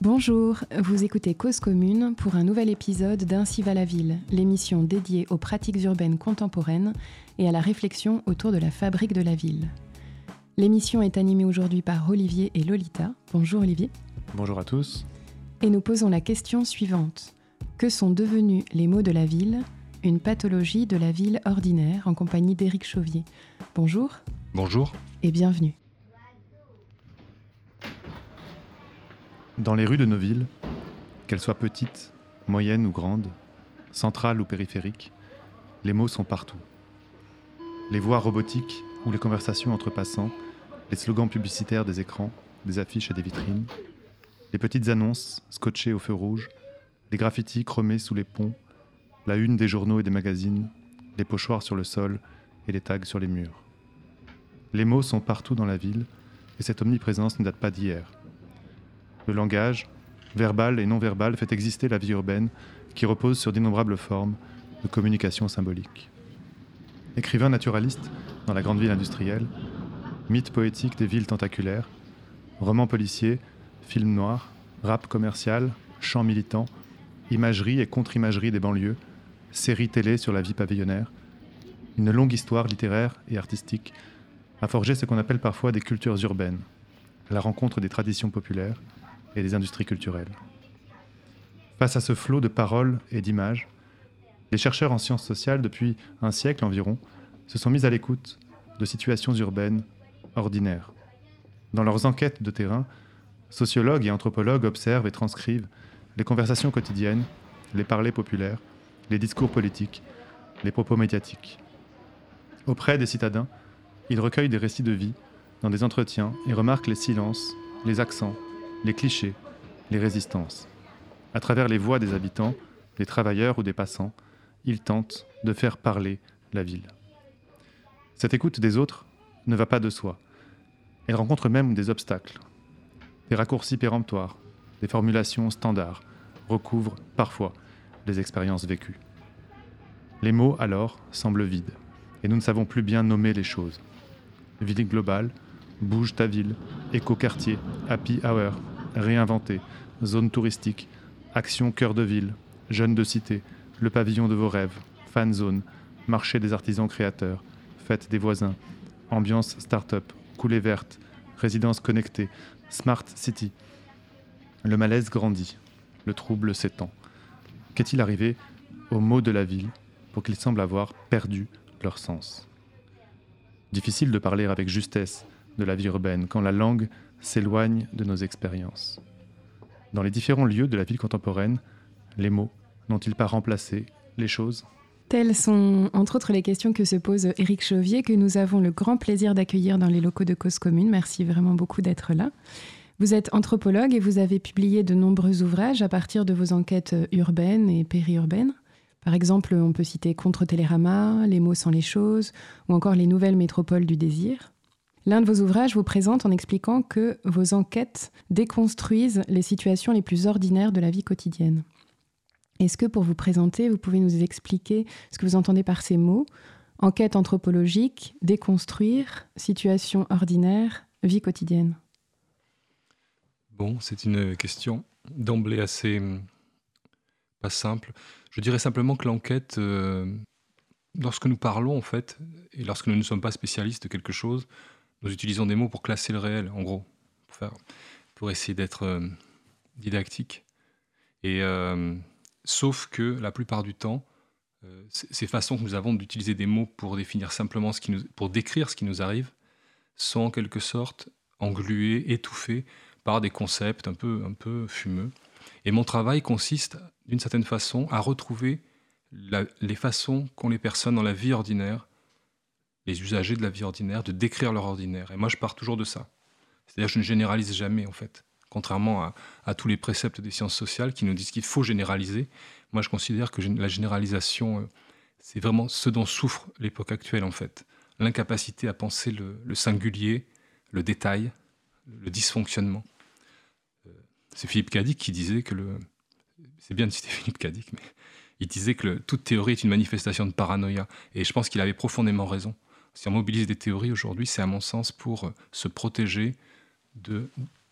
Bonjour, vous écoutez Cause Commune pour un nouvel épisode d'Ainsi va la ville, l'émission dédiée aux pratiques urbaines contemporaines et à la réflexion autour de la fabrique de la ville. L'émission est animée aujourd'hui par Olivier et Lolita. Bonjour Olivier. Bonjour à tous. Et nous posons la question suivante. Que sont devenus les mots de la ville, une pathologie de la ville ordinaire, en compagnie d'Éric Chauvier. Bonjour. Bonjour. Et bienvenue. Dans les rues de nos villes, qu'elles soient petites, moyennes ou grandes, centrales ou périphériques, les mots sont partout. Les voix robotiques ou les conversations entre passants, les slogans publicitaires des écrans, des affiches et des vitrines, les petites annonces scotchées au feu rouge, les graffitis chromés sous les ponts, la une des journaux et des magazines, les pochoirs sur le sol et les tags sur les murs. Les mots sont partout dans la ville et cette omniprésence ne date pas d'hier. Le langage, verbal et non-verbal, fait exister la vie urbaine qui repose sur d'innombrables formes de communication symbolique. Écrivain naturaliste dans la grande ville industrielle, mythe poétique des villes tentaculaires, roman policier, film noir, rap commercial, chant militant, imagerie et contre-imagerie des banlieues, séries télé sur la vie pavillonnaire, une longue histoire littéraire et artistique a forgé ce qu'on appelle parfois des cultures urbaines, la rencontre des traditions populaires et des industries culturelles. Face à ce flot de paroles et d'images, les chercheurs en sciences sociales, depuis un siècle environ, se sont mis à l'écoute de situations urbaines ordinaires. Dans leurs enquêtes de terrain, sociologues et anthropologues observent et transcrivent les conversations quotidiennes, les parlers populaires, les discours politiques, les propos médiatiques. Auprès des citadins, ils recueillent des récits de vie dans des entretiens et remarquent les silences, les accents, les clichés, les résistances. À travers les voix des habitants, des travailleurs ou des passants, ils tentent de faire parler la ville. Cette écoute des autres ne va pas de soi. Elle rencontre même des obstacles. Des raccourcis péremptoires, des formulations standards recouvrent parfois les expériences vécues. Les mots, alors, semblent vides, et nous ne savons plus bien nommer les choses. Ville globale, bouge ta ville, éco-quartier, happy hour, réinventé, zone touristique, action cœur de ville, jeunes de cité, le pavillon de vos rêves, fan zone, marché des artisans créateurs, fête des voisins, ambiance start-up, coulée verte, résidence connectée, smart city. Le malaise grandit, le trouble s'étend. Qu'est-il arrivé aux mots de la ville pour qu'ils semblent avoir perdu leur sens ? Difficile de parler avec justesse de la vie urbaine quand la langue s'éloigne de nos expériences. Dans les différents lieux de la ville contemporaine, les mots n'ont-ils pas remplacé les choses ? Telles sont, entre autres, les questions que se pose Éric Chauvier, que nous avons le grand plaisir d'accueillir dans les locaux de Cause Commune. Merci vraiment beaucoup d'être là. Vous êtes anthropologue et vous avez publié de nombreux ouvrages à partir de vos enquêtes urbaines et périurbaines. Par exemple, on peut citer Contre Télérama, Les mots sans les choses, ou encore Les nouvelles métropoles du désir. L'un de vos ouvrages vous présente en expliquant que vos enquêtes déconstruisent les situations les plus ordinaires de la vie quotidienne. Est-ce que pour vous présenter, vous pouvez nous expliquer ce que vous entendez par ces mots ? Enquête anthropologique, déconstruire, situation ordinaire, vie quotidienne. Bon, c'est une question d'emblée assez pas simple. Je dirais simplement que l'enquête, lorsque nous parlons en fait, et lorsque nous ne sommes pas spécialistes de quelque chose, nous utilisons des mots pour classer le réel, en gros, pour essayer d'être didactique. Et sauf que la plupart du temps, ces façons que nous avons d'utiliser des mots pour définir simplement pour décrire ce qui nous arrive, sont en quelque sorte englués, étouffés par des concepts un peu fumeux. Et mon travail consiste, d'une certaine façon, à retrouver les façons qu'ont les personnes dans la vie ordinaire, les usagers de la vie ordinaire, de décrire leur ordinaire. Et moi, je pars toujours de ça. C'est-à-dire que je ne généralise jamais, en fait. Contrairement à tous les préceptes des sciences sociales qui nous disent qu'il faut généraliser, moi, je considère que la généralisation, c'est vraiment ce dont souffre l'époque actuelle, en fait. L'incapacité à penser le singulier, le détail, le dysfonctionnement. C'est Philippe Cadic qui disait que c'est bien de citer Philippe Cadic, mais il disait que toute théorie est une manifestation de paranoïa. Et je pense qu'il avait profondément raison. Si on mobilise des théories aujourd'hui, c'est à mon sens pour se protéger de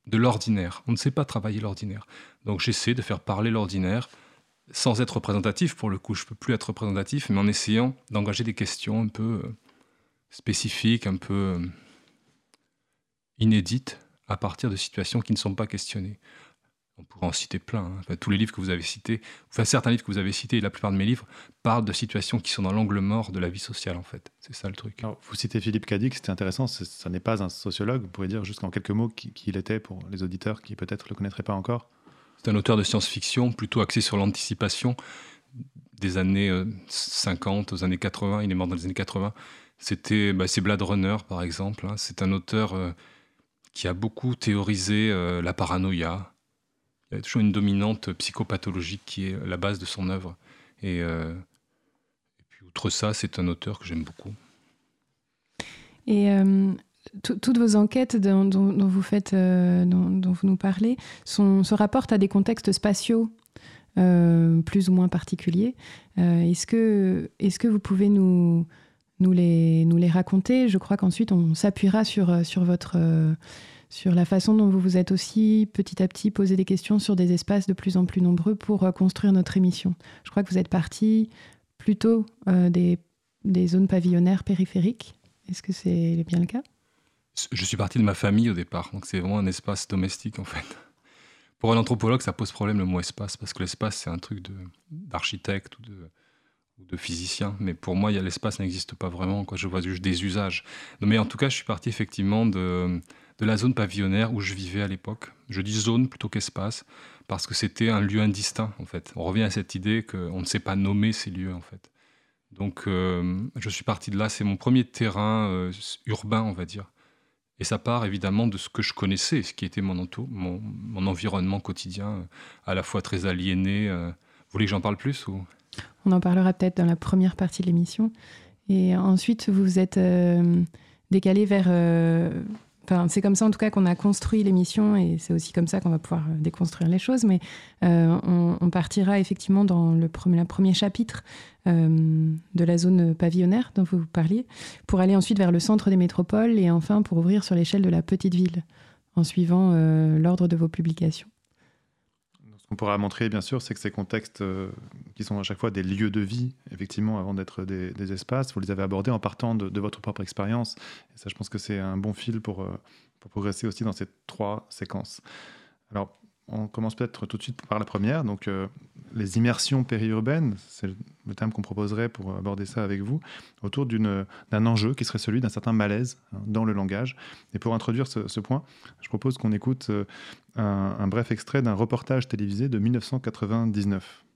de l'ordinaire. On ne sait pas travailler l'ordinaire. Donc j'essaie de faire parler l'ordinaire sans être représentatif. Pour le coup, je ne peux plus être représentatif, mais en essayant d'engager des questions un peu spécifiques, un peu inédites, à partir de situations qui ne sont pas questionnées. On pourrait en citer plein. Enfin, tous les livres que vous avez cités, enfin certains livres que vous avez cités, et la plupart de mes livres, parlent de situations qui sont dans l'angle mort de la vie sociale, en fait. C'est ça le truc. Alors, vous citez Philippe Cadic, c'était intéressant, ça n'est pas un sociologue, vous pourriez dire juste en quelques mots qui il était pour les auditeurs qui peut-être ne le connaîtraient pas encore. C'est un auteur de science-fiction plutôt axé sur l'anticipation des années 50 aux années 80. Il est mort dans les années 80. C'est Blade Runner, par exemple. C'est un auteur qui a beaucoup théorisé la paranoïa. Il y a toujours une dominante psychopathologique qui est la base de son œuvre. Et puis, outre ça, c'est un auteur que j'aime beaucoup. Et toutes vos enquêtes dont vous faites, dont vous nous parlez, se rapportent à des contextes spatiaux plus ou moins particuliers. Est-ce que vous pouvez nous les raconter ? Je crois qu'ensuite on s'appuiera sur la façon dont vous vous êtes aussi petit à petit posé des questions sur des espaces de plus en plus nombreux pour construire notre émission. Je crois que vous êtes parti plutôt des zones pavillonnaires périphériques. Est-ce que c'est bien le cas ? Je suis parti de ma famille au départ, donc c'est vraiment un espace domestique en fait. Pour un anthropologue, ça pose problème le mot espace, parce que l'espace c'est un truc d'architecte ou de physicien, mais pour moi l'espace n'existe pas vraiment, quoi. Je vois juste des usages. Non, mais en tout cas, je suis parti effectivement de la zone pavillonnaire où je vivais à l'époque. Je dis zone plutôt qu'espace, parce que c'était un lieu indistinct en fait. On revient à cette idée qu'on ne sait pas nommer ces lieux en fait. Donc je suis parti de là, c'est mon premier terrain urbain, on va dire. Et ça part évidemment de ce que je connaissais, ce qui était mon environnement quotidien, à la fois très aliéné. Vous voulez que j'en parle plus ou... On en parlera peut-être dans la première partie de l'émission. Et ensuite, vous vous êtes décalé vers... c'est comme ça en tout cas qu'on a construit l'émission, et c'est aussi comme ça qu'on va pouvoir déconstruire les choses, mais on partira effectivement dans le premier chapitre de la zone pavillonnaire dont vous parliez, pour aller ensuite vers le centre des métropoles et enfin pour ouvrir sur l'échelle de la petite ville, en suivant l'ordre de vos publications. Ce qu'on pourra montrer, bien sûr, c'est que ces contextes qui sont à chaque fois des lieux de vie, effectivement, avant d'être des espaces, vous les avez abordés en partant de votre propre expérience. Et ça, je pense que c'est un bon fil pour progresser aussi dans ces 3 séquences. Alors, on commence peut-être tout de suite par la première, donc les immersions périurbaines, c'est le terme qu'on proposerait pour aborder ça avec vous, autour d'un enjeu qui serait celui d'un certain malaise dans le langage. Et pour introduire ce point, je propose qu'on écoute un bref extrait d'un reportage télévisé de 1999.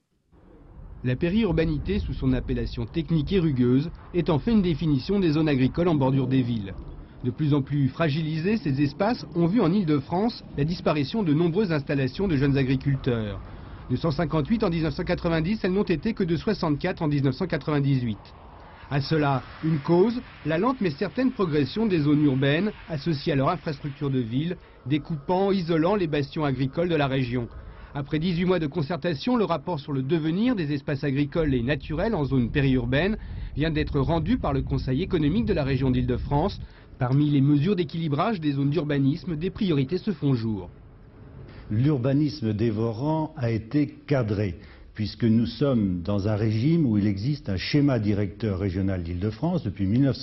La périurbanité, sous son appellation technique et rugueuse, est en fait une définition des zones agricoles en bordure des villes. De plus en plus fragilisés, ces espaces ont vu en Île-de-France la disparition de nombreuses installations de jeunes agriculteurs. De 158 en 1990, elles n'ont été que de 64 en 1998. À cela, une cause, la lente mais certaine progression des zones urbaines associées à leur infrastructure de ville, découpant, isolant les bastions agricoles de la région. Après 18 mois de concertation, le rapport sur le devenir des espaces agricoles et naturels en zone périurbaine vient d'être rendu par le Conseil économique de la région d'Île-de-France. Parmi les mesures d'équilibrage des zones d'urbanisme, des priorités se font jour. L'urbanisme dévorant a été cadré, puisque nous sommes dans un régime où il existe un schéma directeur régional d'Île-de-France depuis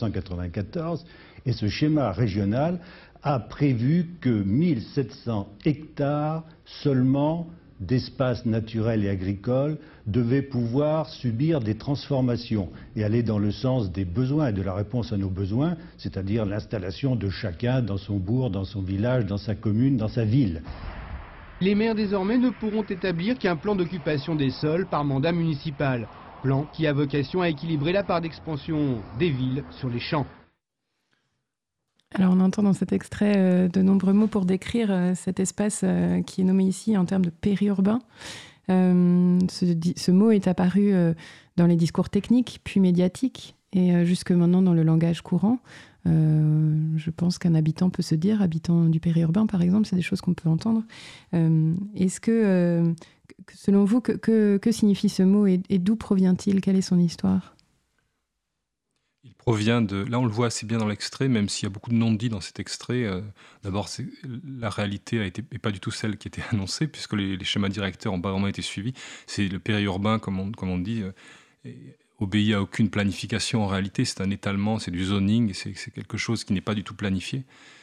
1994, et ce schéma régional a prévu que 1700 hectares seulement d'espaces naturels et agricoles devaient pouvoir subir des transformations et aller dans le sens des besoins et de la réponse à nos besoins, c'est-à-dire l'installation de chacun dans son bourg, dans son village, dans sa commune, dans sa ville. Les maires désormais ne pourront établir qu'un plan d'occupation des sols par mandat municipal, plan qui a vocation à équilibrer la part d'expansion des villes sur les champs. Alors on entend dans cet extrait de nombreux mots pour décrire cet espace qui est nommé ici en termes de périurbain. Ce mot est apparu dans les discours techniques, puis médiatiques, et jusque maintenant dans le langage courant. Je pense qu'un habitant peut se dire, habitant du périurbain par exemple, c'est des choses qu'on peut entendre. Est-ce que, selon vous, que signifie ce mot et d'où provient-il ? Quelle est son histoire ? provient de... Là, on le voit assez bien dans l'extrait, même s'il y a beaucoup de non-dits dans cet extrait. D'abord, la réalité n'est pas du tout celle qui était annoncée, puisque les schémas directeurs n'ont pas vraiment été suivis. C'est le périurbain, comme on dit, obéit à aucune planification en réalité. C'est un étalement, c'est du zoning, c'est quelque chose qui n'est pas du tout planifié.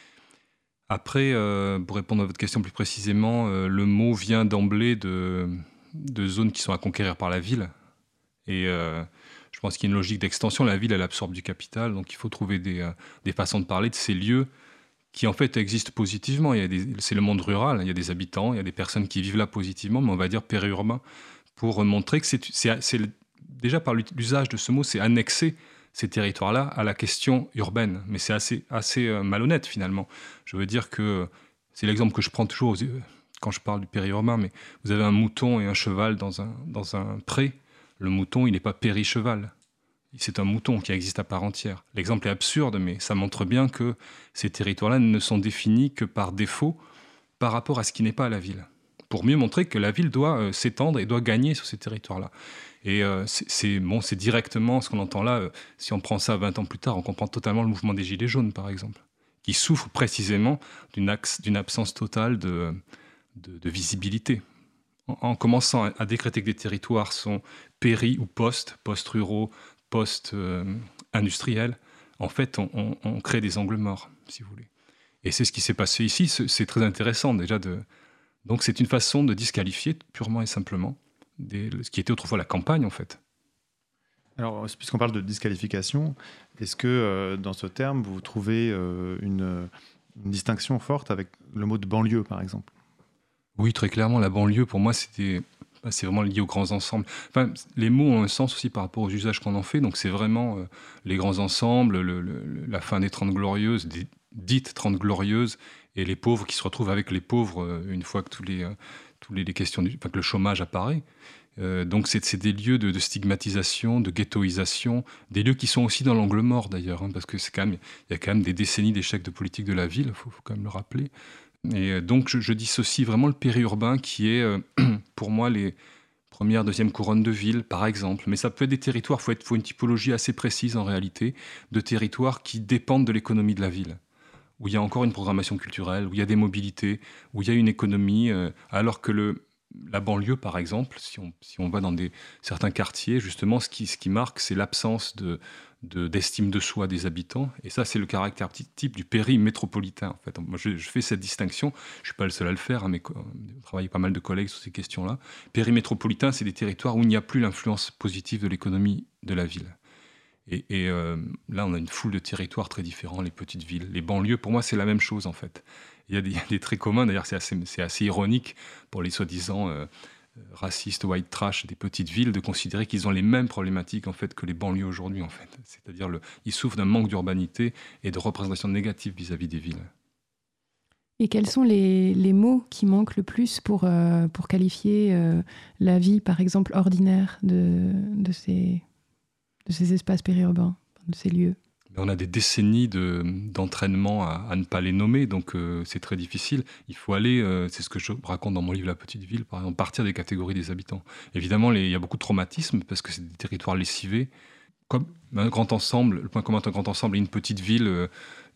Après, pour répondre à votre question plus précisément, le mot vient d'emblée de zones qui sont à conquérir par la ville. Et je pense qu'il y a une logique d'extension. La ville, elle absorbe du capital, donc il faut trouver des façons de parler de ces lieux qui, en fait, existent positivement. C'est le monde rural, il y a des habitants, il y a des personnes qui vivent là positivement, mais on va dire périurbain, pour montrer que c'est déjà par l'usage de ce mot, c'est annexer ces territoires-là à la question urbaine. Mais c'est assez malhonnête, finalement. Je veux dire que c'est l'exemple que je prends toujours quand je parle du périurbain, mais vous avez un mouton et un cheval dans un pré. Le mouton, il n'est pas péri-cheval. C'est un mouton qui existe à part entière. L'exemple est absurde, mais ça montre bien que ces territoires-là ne sont définis que par défaut par rapport à ce qui n'est pas la ville, pour mieux montrer que la ville doit s'étendre et doit gagner sur ces territoires-là. Et c'est directement ce qu'on entend là. Si on prend ça 20 ans plus tard, on comprend totalement le mouvement des Gilets jaunes, par exemple, qui souffre précisément d'une absence totale de visibilité. En commençant à décréter que des territoires sont péri- ou post-ruraux, post-industriels, en fait, on crée des angles morts, si vous voulez. Et c'est ce qui s'est passé ici. C'est très intéressant, déjà. Donc, c'est une façon de disqualifier, purement et simplement, ce qui était autrefois la campagne, en fait. Alors, puisqu'on parle de disqualification, est-ce que dans ce terme, vous trouvez une distinction forte avec le mot de banlieue, par exemple ? Oui, très clairement, la banlieue, pour moi, c'est vraiment lié aux grands ensembles. Enfin, les mots ont un sens aussi par rapport aux usages qu'on en fait. Donc, c'est vraiment les grands ensembles, la fin des 30 glorieuses, des dites 30 glorieuses, et les pauvres qui se retrouvent avec les pauvres une fois que les questions que le chômage apparaît. Donc, c'est des lieux de stigmatisation, de ghettoisation, des lieux qui sont aussi dans l'angle mort, d'ailleurs, hein, parce que il y a quand même des décennies d'échecs de politique de la ville, il faut quand même le rappeler. Et donc, je dissocie vraiment le périurbain qui est, pour moi, les premières, deuxièmes couronnes de ville, par exemple. Mais ça peut être des territoires, il faut une typologie assez précise, en réalité, de territoires qui dépendent de l'économie de la ville, où il y a encore une programmation culturelle, où il y a des mobilités, où il y a une économie, alors que la banlieue, par exemple, si on va dans certains quartiers, justement, ce qui marque, c'est l'absence d'estime de soi des habitants. Et ça, c'est le caractère type du péri-métropolitain, en fait. Moi, je fais cette distinction. Je ne suis pas le seul à le faire, hein, mais on travaille pas mal de collègues sur ces questions-là. Péri-métropolitain, c'est des territoires où il n'y a plus l'influence positive de l'économie de la ville. Et là, on a une foule de territoires très différents, les petites villes. Les banlieues, pour moi, c'est la même chose, en fait. Il y a des traits communs. D'ailleurs, c'est assez ironique pour les soi-disant racistes, white trash des petites villes de considérer qu'ils ont les mêmes problématiques, en fait, que les banlieues aujourd'hui, en fait. C'est-à-dire, ils souffrent d'un manque d'urbanité et de représentation négative vis-à-vis des villes. Et quels sont les mots qui manquent le plus pour qualifier la vie, par exemple, ordinaire de ces espaces périurbains, de ces lieux? On a des décennies d'entraînement à ne pas les nommer, donc c'est très difficile. Il faut aller, c'est ce que je raconte dans mon livre La Petite Ville, par exemple, partir des catégories des habitants. Évidemment, il y a beaucoup de traumatisme parce que c'est des territoires lessivés. Comme un grand ensemble, le point commun d'un grand ensemble est une petite ville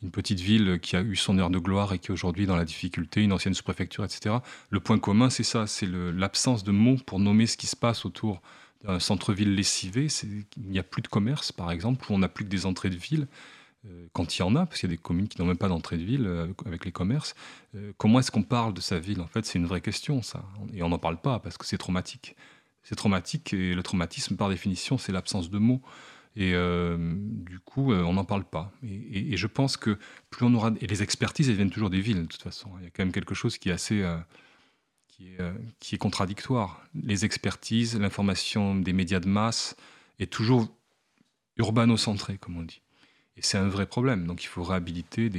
qui a eu son heure de gloire et qui est aujourd'hui dans la difficulté, une ancienne sous-préfecture, etc. Le point commun, c'est ça, c'est l'absence de mots pour nommer ce qui se passe autour d'un centre-ville lessivé. Il n'y a plus de commerce, par exemple, où on n'a plus que des entrées de ville, quand il y en a, parce qu'il y a des communes qui n'ont même pas d'entrée de ville avec les commerces. Comment est-ce qu'on parle de sa ville? En fait, c'est une vraie question, ça. Et on n'en parle pas parce que c'est traumatique. C'est traumatique, et le traumatisme, par définition, c'est l'absence de mots. Et du coup, on n'en parle pas. Et je pense que plus on aura... Et les expertises, elles viennent toujours des villes, de toute façon. Il y a quand même quelque chose qui est assez... qui est contradictoire. Les expertises, l'information des médias de masse est toujours urbano-centrée, comme on dit. Et c'est un vrai problème. Donc il faut réhabiliter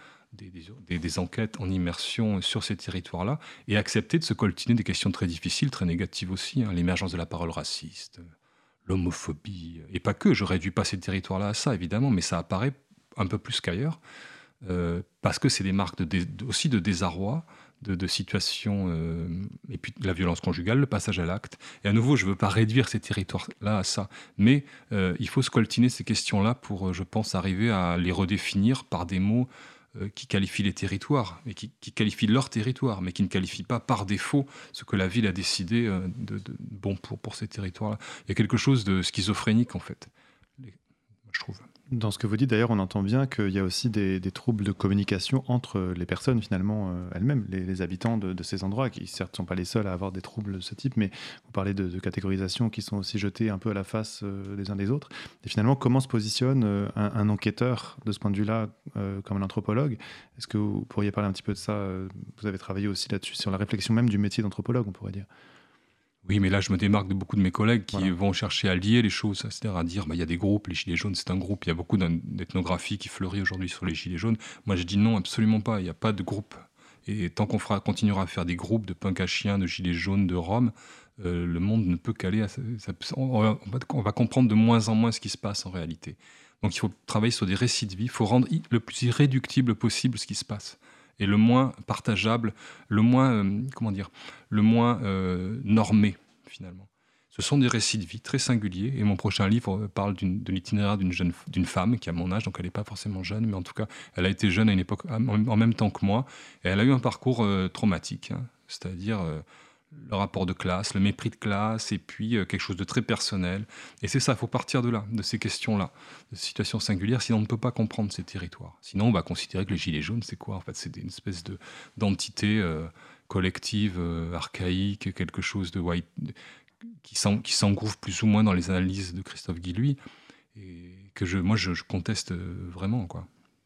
des enquêtes en immersion sur ces territoires-là et accepter de se coltiner des questions très difficiles, très négatives aussi, hein, l'émergence de la parole raciste, l'homophobie, et pas que. Je réduis pas ces territoires-là à ça, évidemment, mais ça apparaît un peu plus qu'ailleurs, parce que c'est des marques aussi de désarroi, de situations, et puis la violence conjugale, le passage à l'acte. Et à nouveau, je ne veux pas réduire ces territoires-là à ça, mais il faut scoltiner ces questions-là pour, je pense, arriver à les redéfinir par des mots qui qualifient les territoires, et qui qualifient leur territoire, mais qui ne qualifient pas par défaut ce que la ville a décidé de bon pour ces territoires-là. Il y a quelque chose de schizophrénique, en fait, je trouve. Dans ce que vous dites, d'ailleurs, on entend bien qu'il y a aussi des troubles de communication entre les personnes, finalement, elles-mêmes, les habitants de ces endroits, qui certes ne sont pas les seuls à avoir des troubles de ce type, mais vous parlez de catégorisations qui sont aussi jetées un peu à la face des uns des autres. Et finalement, comment se positionne un enquêteur de ce point de vue-là, comme un anthropologue? Est-ce que vous pourriez parler un petit peu de ça? Vous avez travaillé aussi là-dessus, sur la réflexion même du métier d'anthropologue, on pourrait dire. Oui, mais là, je me démarque de beaucoup de mes collègues qui Voilà. vont chercher à lier les choses, c'est-à-dire à dire, il y a des groupes, les Gilets jaunes, c'est un groupe, il y a beaucoup d'ethnographie qui fleurit aujourd'hui sur les Gilets jaunes. Moi, je dis non, absolument pas, il n'y a pas de groupe. Et tant qu'on continuera à faire des groupes de punk à chiens, de Gilets jaunes, de Roms, le monde ne peut qu'aller on va comprendre de moins en moins ce qui se passe en réalité. Donc il faut travailler sur des récits de vie, il faut rendre le plus irréductible possible ce qui se passe. Et le moins partageable, le moins, le moins normé, finalement. Ce sont des récits de vie très singuliers, et mon prochain livre parle de l'itinéraire d'une femme qui a mon âge, donc elle n'est pas forcément jeune, mais en tout cas, elle a été jeune à une époque, en même temps que moi, et elle a eu un parcours traumatique, c'est-à-dire le rapport de classe, le mépris de classe, et puis quelque chose de très personnel. Et c'est ça, il faut partir de là, de ces questions-là, de ces situations singulières, sinon on ne peut pas comprendre ces territoires. Sinon, on va considérer que les Gilets jaunes, c'est quoi? En fait, c'est une espèce d'entité collective, archaïque, quelque chose de qui s'engouffre plus ou moins dans les analyses de Christophe Guilluy, et que moi, je conteste vraiment, quoi.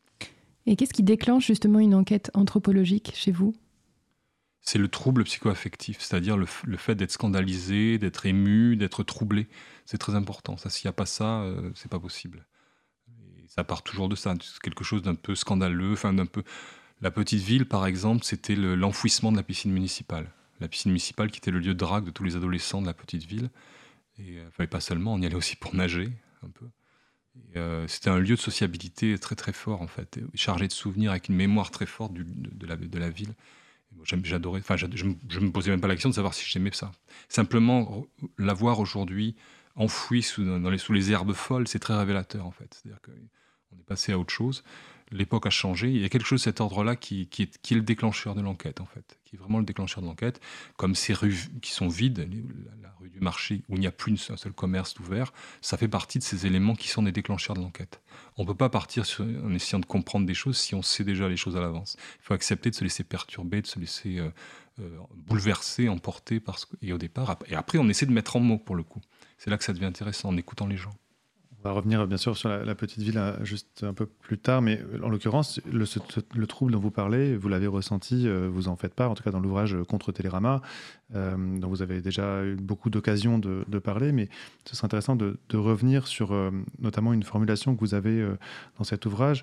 Et qu'est-ce qui déclenche justement une enquête anthropologique chez vous? C'est le trouble psychoaffectif, c'est-à-dire le fait d'être scandalisé, d'être ému, d'être troublé. C'est très important. Ça, s'il n'y a pas ça, c'est pas possible. Et ça part toujours de ça, c'est quelque chose d'un peu scandaleux, d'un peu. La petite ville, par exemple, c'était l'enfouissement de la piscine municipale. La piscine municipale qui était le lieu de drague de tous les adolescents de la petite ville. Et fallait pas seulement, on y allait aussi pour nager un peu. C'était un lieu de sociabilité très très fort en fait, chargé de souvenirs, avec une mémoire très forte de la ville. J'adorais, je me posais même pas la question de savoir si j'aimais ça. Simplement, l'avoir aujourd'hui enfoui sous les herbes folles, c'est très révélateur en fait. C'est-à-dire qu'on est passé à autre chose. L'époque a changé. Il y a quelque chose de cet ordre-là qui est le déclencheur de l'enquête en fait, qui est vraiment le déclencheur de l'enquête. Comme ces rues qui sont vides, la rue du marché où il n'y a plus un seul commerce ouvert, ça fait partie de ces éléments qui sont des déclencheurs de l'enquête. On ne peut pas partir en essayant de comprendre des choses si on sait déjà les choses à l'avance. Il faut accepter de se laisser perturber, de se laisser bouleverser, emporter, et au départ, et après on essaie de mettre en mots pour le coup. C'est là que ça devient intéressant, en écoutant les gens. On va revenir bien sûr sur la petite ville juste un peu plus tard, mais en l'occurrence, le trouble dont vous parlez, vous l'avez ressenti, vous en faites part, en tout cas dans l'ouvrage Contre Télérama, dont vous avez déjà eu beaucoup d'occasions de parler, mais ce serait intéressant de revenir sur notamment une formulation que vous avez dans cet ouvrage.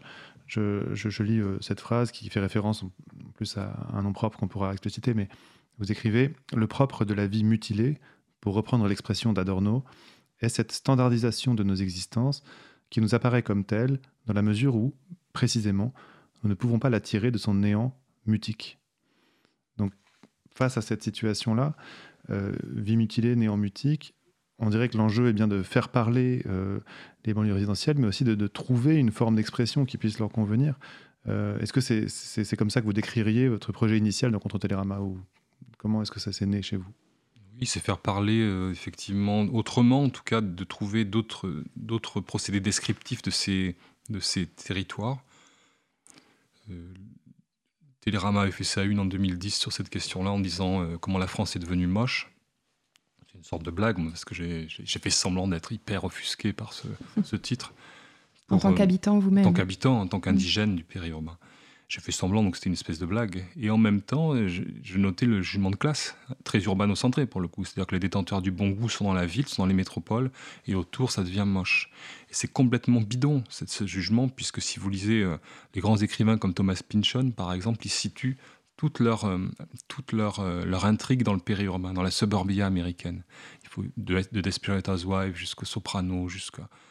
Je lis cette phrase qui fait référence en plus à un nom propre qu'on pourra expliciter, mais vous écrivez « Le propre de la vie mutilée », pour reprendre l'expression d'Adorno, est cette standardisation de nos existences qui nous apparaît comme telle dans la mesure où, précisément, nous ne pouvons pas la tirer de son néant mutique. Donc, face à cette situation-là, vie mutilée, néant mutique, on dirait que l'enjeu est bien de faire parler les banlieues résidentielles, mais aussi de trouver une forme d'expression qui puisse leur convenir. Est-ce que c'est comme ça que vous décririez votre projet initial dans Contre Télérama, ou comment est-ce que ça s'est né chez vous? Oui, c'est faire parler effectivement autrement, en tout cas de trouver d'autres procédés descriptifs de ces territoires. Télérama avait fait sa une en 2010 sur cette question-là en disant comment la France est devenue moche. C'est une sorte de blague, parce que j'ai fait semblant d'être hyper offusqué par ce titre. En tant qu'habitant vous-même. En tant qu'habitant, en tant qu'indigène du périurbain. J'ai fait semblant, donc c'était une espèce de blague. Et en même temps, je notais le jugement de classe, très urbano-centré pour le coup. C'est-à-dire que les détenteurs du bon goût sont dans la ville, sont dans les métropoles, et autour, ça devient moche. Et c'est complètement bidon, ce jugement, puisque si vous lisez les grands écrivains comme Thomas Pynchon, par exemple, ils situent toute leur intrigue dans le périurbain, dans la suburbia américaine. Il faut de Desperate Housewives jusqu'au Soprano, jusqu'au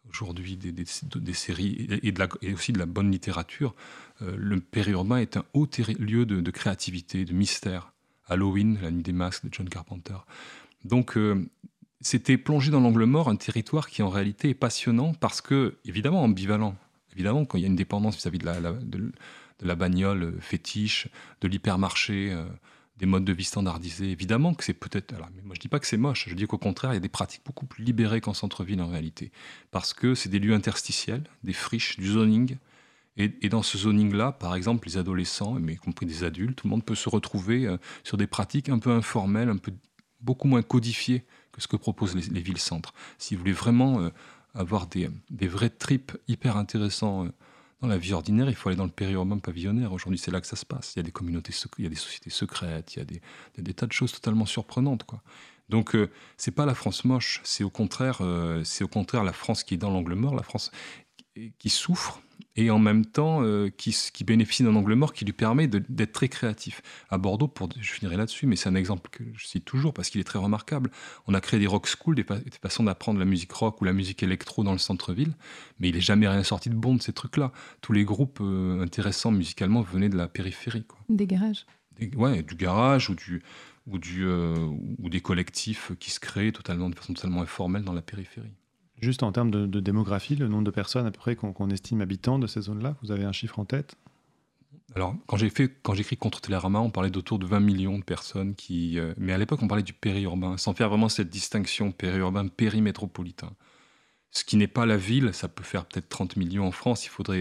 aujourd'hui des séries et aussi de la bonne littérature, le périurbain est un haut lieu de créativité, de mystère. Halloween, La Nuit des Masques de John Carpenter. Donc, c'était plonger dans l'angle mort un territoire qui en réalité est passionnant parce que, évidemment, ambivalent. Évidemment, quand il y a une dépendance vis-à-vis de la bagnole fétiche, de l'hypermarché, des modes de vie standardisés, évidemment que c'est peut-être... Alors, moi, je ne dis pas que c'est moche, je dis qu'au contraire, il y a des pratiques beaucoup plus libérées qu'en centre-ville en réalité. Parce que c'est des lieux interstitiels, des friches, du zoning. Et dans ce zoning-là, par exemple, les adolescents, mais y compris des adultes, tout le monde peut se retrouver sur des pratiques un peu informelles, beaucoup moins codifiées que ce que proposent les villes-centres. Si vous voulez vraiment avoir des vrais trips hyper intéressants dans la vie ordinaire, il faut aller dans le périurbain pavillonnaire. Aujourd'hui, c'est là que ça se passe. Il y a des communautés, il y a des sociétés secrètes, il y a des tas de choses totalement surprenantes, quoi. Donc, c'est pas la France moche, c'est au contraire la France qui est dans l'angle mort, la France qui souffre, et en même temps qui bénéficie d'un angle mort qui lui permet d'être très créatif. À Bordeaux, je finirai là-dessus, mais c'est un exemple que je cite toujours parce qu'il est très remarquable. On a créé des rock schools, des façons d'apprendre la musique rock ou la musique électro dans le centre-ville, mais il n'est jamais rien sorti de bon de ces trucs-là. Tous les groupes intéressants musicalement venaient de la périphérie, quoi. Des garages. Du garage ou des collectifs qui se créent de façon totalement informelle dans la périphérie. Juste en termes de démographie, le nombre de personnes à peu près qu'on estime habitants de ces zones-là, vous avez un chiffre en tête ? Alors, quand j'écris Contre Télérama, on parlait d'autour de 20 millions de personnes mais à l'époque, on parlait du périurbain, sans faire vraiment cette distinction périurbain, périmétropolitain. Ce qui n'est pas la ville, ça peut faire peut-être 30 millions en France, il faudrait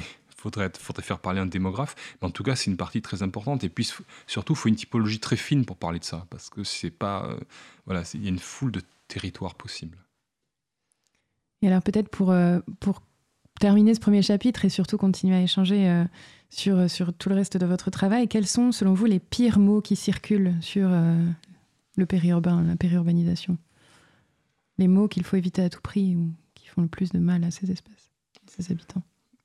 faire parler un démographe, mais en tout cas, c'est une partie très importante. Et puis, surtout, il faut une typologie très fine pour parler de ça, parce que c'est pas... il y a une foule de territoires possibles. Et alors peut-être pour terminer ce premier chapitre et surtout continuer à échanger sur tout le reste de votre travail, quels sont selon vous les pires mots qui circulent sur le périurbain, la périurbanisation ? Les mots qu'il faut éviter à tout prix ou qui font le plus de mal à ces espaces, ces habitants ?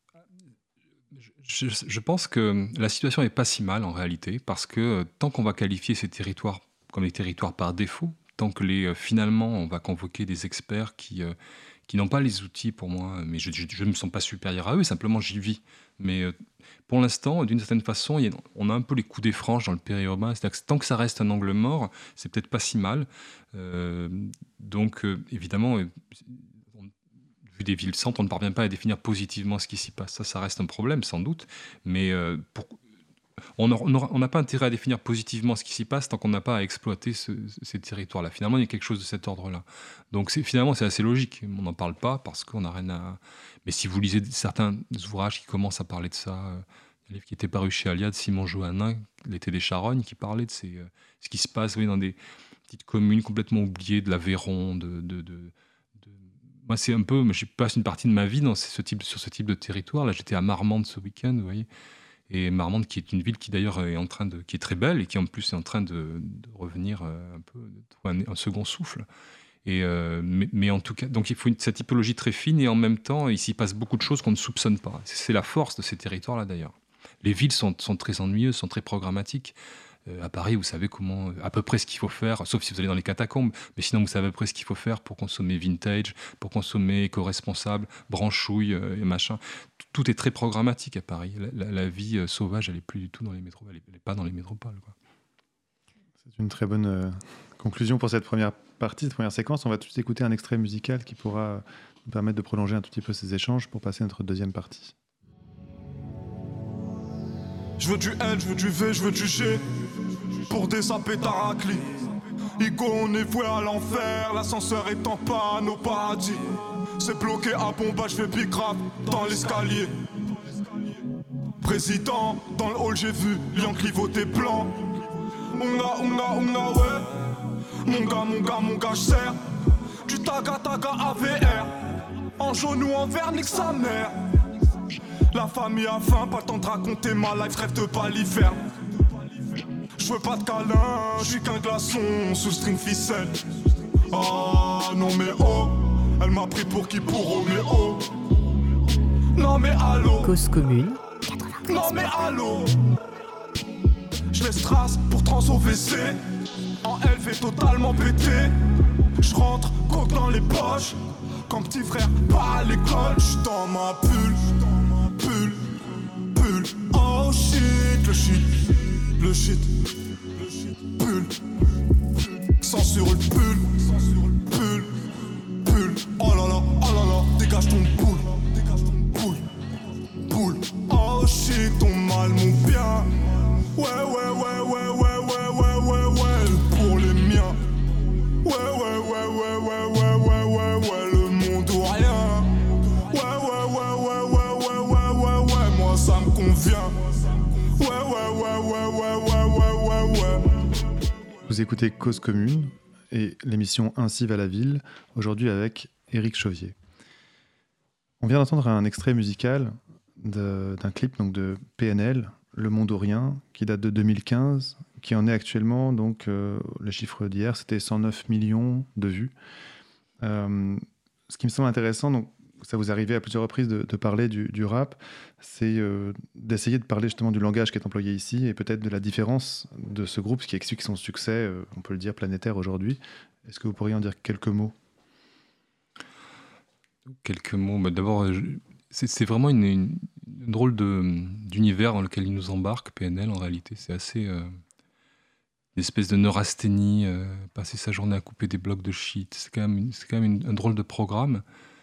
Je pense que la situation n'est pas si mal en réalité, parce que tant qu'on va qualifier ces territoires comme des territoires par défaut, tant que finalement on va convoquer des experts qui n'ont pas les outils pour moi, mais je ne me sens pas supérieur à eux, simplement j'y vis. Mais pour l'instant, d'une certaine façon, on a un peu les coups des franges dans le périurbain, c'est-à-dire que tant que ça reste un angle mort, c'est peut-être pas si mal. Donc évidemment, vu des villes-centres, on ne parvient pas à définir positivement ce qui s'y passe. Ça reste un problème sans doute, mais on n'a pas intérêt à définir positivement ce qui s'y passe tant qu'on n'a pas à exploiter ces territoires-là. Finalement, il y a quelque chose de cet ordre-là. Donc finalement, c'est assez logique. On n'en parle pas parce qu'on n'a rien à... Mais si vous lisez certains ouvrages qui commencent à parler de ça, un livre qui était paru chez Aliade, Simon Johannin, L'été des Charognes, qui parlait de ce qui se passe dans des petites communes complètement oubliées, de l'Aveyron, Moi, c'est un peu... Je passe une partie de ma vie sur ce type de territoire. Là, j'étais à Marmande ce week-end, vous voyez. Et Marmande, qui est une ville qui d'ailleurs qui est très belle et qui en plus est en train de revenir un peu, de trouver un second souffle. Mais en tout cas, donc il faut cette typologie très fine et en même temps, il s'y passe beaucoup de choses qu'on ne soupçonne pas. C'est la force de ces territoires-là d'ailleurs. Les villes sont très ennuyeuses, sont très programmatiques. À Paris, vous savez à peu près ce qu'il faut faire, sauf si vous allez dans les catacombes, mais sinon vous savez à peu près ce qu'il faut faire pour consommer vintage, pour consommer éco-responsable, branchouille et machin. Tout est très programmatique à Paris. La vie sauvage, elle n'est plus du tout dans les métropoles, elle n'est pas dans les métropoles, quoi. C'est une très bonne conclusion pour cette première partie, cette première séquence. On va tout de suite écouter un extrait musical qui pourra nous permettre de prolonger un tout petit peu ces échanges pour passer à notre deuxième partie. Je veux du L, je veux du V, je veux du G. Pour des sapés taraclis. Igo, on est voué à l'enfer. L'ascenseur est en panne au paradis. C'est bloqué à Bomba, je fais bicrave dans l'escalier. Président, dans le hall j'ai vu Lion clivoté blanc. Onga, ouais. Mon gars, j'serre. Du taga AVR. En jaune ou en vert, nique sa mère. La famille a faim, pas le temps de raconter ma life, rêve de paliferne. Je veux pas de câlin, je suis qu'un glaçon sous string ficelle. Ah non mais oh, elle m'a pris pour qui pour Roméo. Non mais allô. Cause commune. Non mais allô. Je laisse trace pour trans au WC. En elle fait totalement péter. Je rentre, coke dans les poches. comme petit frère. Pas à l'école, j'suis dans ma bulle. Bulle. Oh shit, le shit. Bulle. Sang sur le pull. Oh là là, dégage ton boule. Oh shit, ton mal, mon bien. Ouais, pour les miens. Ouais, le monde ou rien. Ouais, moi ça me convient. Ouais. Vous écoutez Cause Commune et l'émission Ainsi va la ville, aujourd'hui avec Éric Chauvier. On vient d'entendre un extrait musical d'un clip donc de PNL, Le Monde ou Rien, qui date de 2015, qui en est actuellement, donc le chiffre d'hier, c'était 109 millions de vues. Ce qui me semble intéressant, donc ça vous arrivait à plusieurs reprises de parler du rap, c'est d'essayer de parler justement du langage qui est employé ici et peut-être de la différence de ce groupe, ce qui explique son succès, on peut le dire, planétaire aujourd'hui. Est-ce que vous pourriez en dire quelques mots ? Quelques mots. Bah, d'abord, c'est vraiment une drôle d'univers dans lequel il nous embarque, PNL, en réalité. C'est assez... une espèce de neurasthénie, passer sa journée à couper des blocs de shit. C'est quand même un drôle de programme.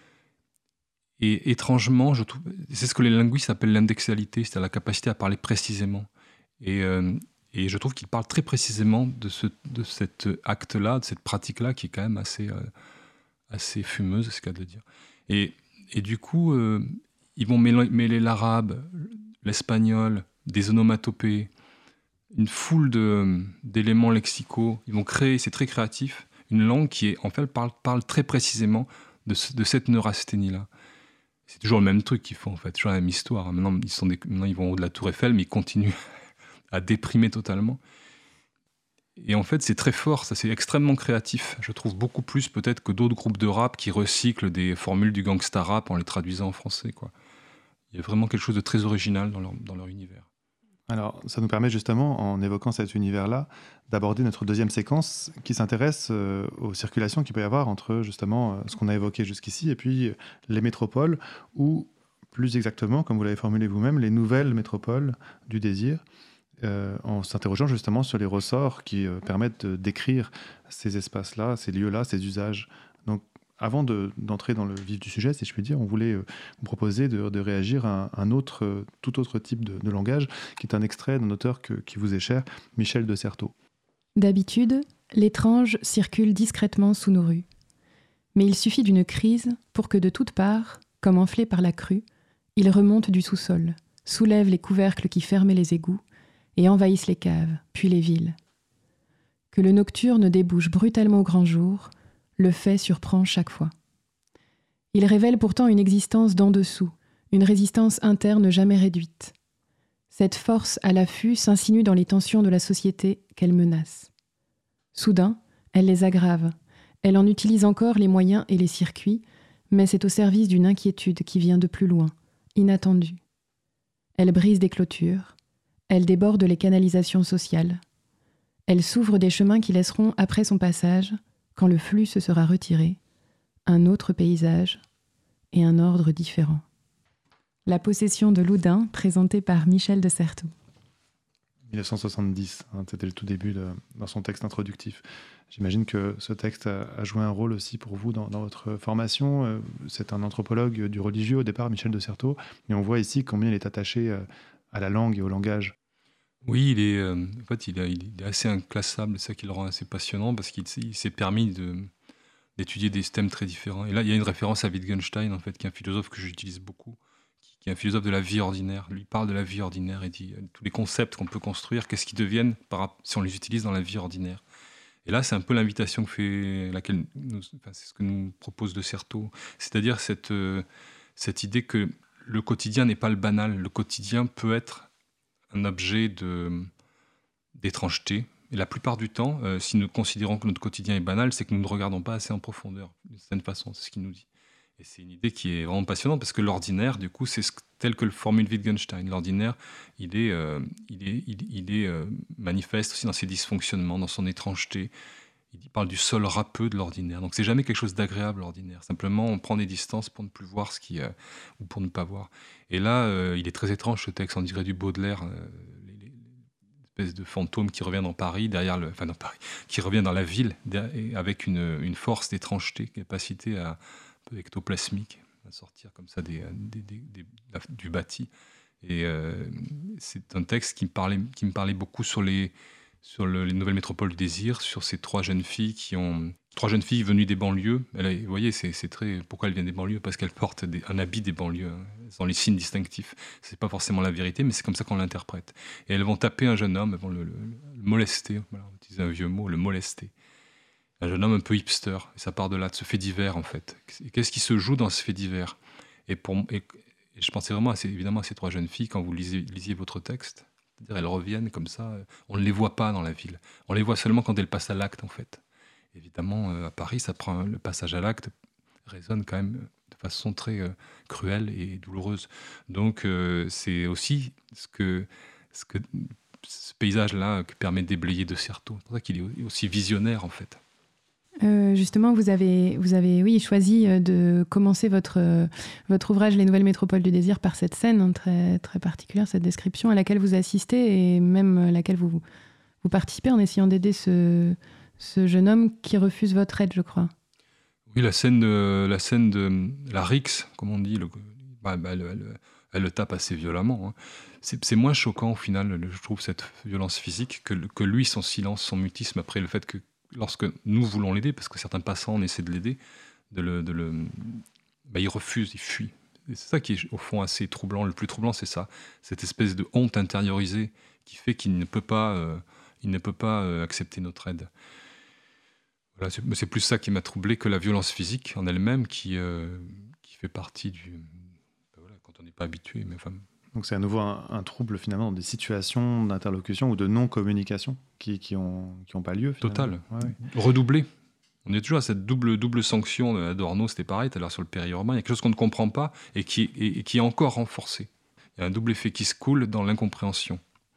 Et étrangement, je trouve, c'est ce que les linguistes appellent l'indexualité, c'est-à-dire la capacité à parler précisément. Et je trouve qu'il parle très précisément de cet acte-là, de cette pratique-là, qui est quand même assez fumeuse, c'est ce qu'il y a de dire. Et du coup, ils vont mêler l'arabe, l'espagnol, des onomatopées, une foule d'éléments lexicaux. Ils vont créer, c'est très créatif, une langue qui en fait parle très précisément de cette neurasthénie-là. C'est toujours le même truc qu'ils font, en fait, toujours la même histoire. Maintenant, ils vont au haut de la Tour Eiffel, mais ils continuent à déprimer totalement. Et en fait, c'est très fort, ça, c'est extrêmement créatif. Je trouve beaucoup plus peut-être que d'autres groupes de rap qui recyclent des formules du gangsta rap en les traduisant en français, quoi. Il y a vraiment quelque chose de très original dans leur univers. Alors, ça nous permet justement, en évoquant cet univers-là, d'aborder notre deuxième séquence qui s'intéresse aux circulations qu'il peut y avoir entre justement ce qu'on a évoqué jusqu'ici et puis les métropoles, ou plus exactement, comme vous l'avez formulé vous-même, les nouvelles métropoles du désir, en s'interrogeant justement sur les ressorts qui permettent de décrire ces espaces-là, ces lieux-là, ces usages. Donc, avant d'entrer dans le vif du sujet, si je puis dire, on voulait vous proposer de réagir à un tout autre type de langage, qui est un extrait d'un auteur qui vous est cher, Michel de Certeau. D'habitude, l'étrange circule discrètement sous nos rues. Mais il suffit d'une crise pour que de toutes parts, comme enflé par la crue, il remonte du sous-sol, soulève les couvercles qui fermaient les égouts et envahissent les caves, puis les villes. Que le nocturne débouche brutalement au grand jour, le fait surprend chaque fois. Il révèle pourtant une existence d'en dessous, une résistance interne jamais réduite. Cette force à l'affût s'insinue dans les tensions de la société qu'elle menace. Soudain, elle les aggrave. Elle en utilise encore les moyens et les circuits, mais c'est au service d'une inquiétude qui vient de plus loin, inattendue. Elle brise des clôtures, elle déborde les canalisations sociales. Elle s'ouvre des chemins qui laisseront, après son passage, quand le flux se sera retiré, un autre paysage et un ordre différent. La possession de Loudun, présentée par Michel de Certeau. 1970, c'était le tout début dans son texte introductif. J'imagine que ce texte a joué un rôle aussi pour vous dans votre formation. C'est un anthropologue du religieux au départ, Michel de Certeau, mais on voit ici combien il est attaché à la langue et au langage. Oui, il est assez inclassable, c'est ça qui le rend assez passionnant, parce qu'il s'est permis d'étudier des thèmes très différents. Et là, il y a une référence à Wittgenstein, en fait, qui est un philosophe que j'utilise beaucoup, qui est un philosophe de la vie ordinaire. Lui parle de la vie ordinaire et dit tous les concepts qu'on peut construire, qu'est-ce qu'ils deviennent si on les utilise dans la vie ordinaire. Et là, c'est un peu l'invitation c'est ce que nous propose de Certeau, c'est-à-dire cette idée que le quotidien n'est pas le banal. Le quotidien peut être un objet d'étrangeté. Et la plupart du temps, si nous considérons que notre quotidien est banal, c'est que nous ne regardons pas assez en profondeur, d'une certaine façon, c'est ce qu'il nous dit. Et c'est une idée qui est vraiment passionnante, parce que l'ordinaire, du coup, c'est tel que le formule Wittgenstein. L'ordinaire, il est manifeste aussi dans ses dysfonctionnements, dans son étrangeté. Il parle du sol râpeux de l'ordinaire. Donc c'est jamais quelque chose d'agréable, l'ordinaire. Simplement, on prend des distances pour ne plus voir ou pour ne pas voir. Et là, il est très étrange ce texte, on dirait du Baudelaire, l'espèce de fantôme qui revient dans Paris, qui revient dans la ville, avec une force d'étrangeté, capacité un peu ectoplasmique, à sortir comme ça du bâti. Et c'est un texte qui me parlait beaucoup sur les nouvelles métropoles du désir, sur ces trois jeunes filles venues des banlieues. Vous voyez, c'est très. Pourquoi elles viennent des banlieues? Parce qu'elles portent un habit des banlieues. Hein. Elles ont les signes distinctifs. C'est pas forcément la vérité, mais c'est comme ça qu'on l'interprète. Et elles vont taper un jeune homme, elles vont le molester. Voilà, on utilise un vieux mot, le molester. Un jeune homme un peu hipster. Et ça part de là, de ce fait divers, en fait. Et qu'est-ce qui se joue dans ce fait divers? Et je pensais vraiment évidemment à ces trois jeunes filles quand vous lisiez votre texte. C'est-à-dire, elles reviennent comme ça. On ne les voit pas dans la ville. On les voit seulement quand elles passent à l'acte, en fait. Évidemment, à Paris, le passage à l'acte résonne quand même de façon très cruelle et douloureuse. Donc, c'est aussi ce paysage-là qui permet de déblayer de Certeau. C'est pour ça qu'il est aussi visionnaire, en fait. Justement, vous avez choisi de commencer votre ouvrage Les Nouvelles Métropoles du Désir par cette scène très, très particulière, cette description à laquelle vous assistez et même à laquelle vous participez en essayant d'aider ce jeune homme qui refuse votre aide, je crois. Oui, la scène de la rixe, comme on dit, elle le tape assez violemment. Hein. C'est moins choquant au final, je trouve, cette violence physique que lui, son silence, son mutisme, après le fait que lorsque nous voulons l'aider, parce que certains passants, on essaie de l'aider, il refuse, il fuit. Et c'est ça qui est au fond assez troublant. Le plus troublant, c'est ça, cette espèce de honte intériorisée qui fait qu'il ne peut pas accepter notre aide. Voilà, c'est plus ça qui m'a troublé que la violence physique en elle-même qui fait partie quand on n'est pas habitué. Mais enfin, donc c'est à nouveau un trouble finalement dans des situations d'interlocution ou de non-communication qui ont pas lieu. Finalement. Total. Ouais. Redoublé. On est toujours à cette double sanction d'Adorno, c'était pareil, tout à l'heure sur le périurbain. Il y a quelque chose qu'on ne comprend pas et qui est encore renforcé. Il y a un double effet qui se coule dans l'incompréhension.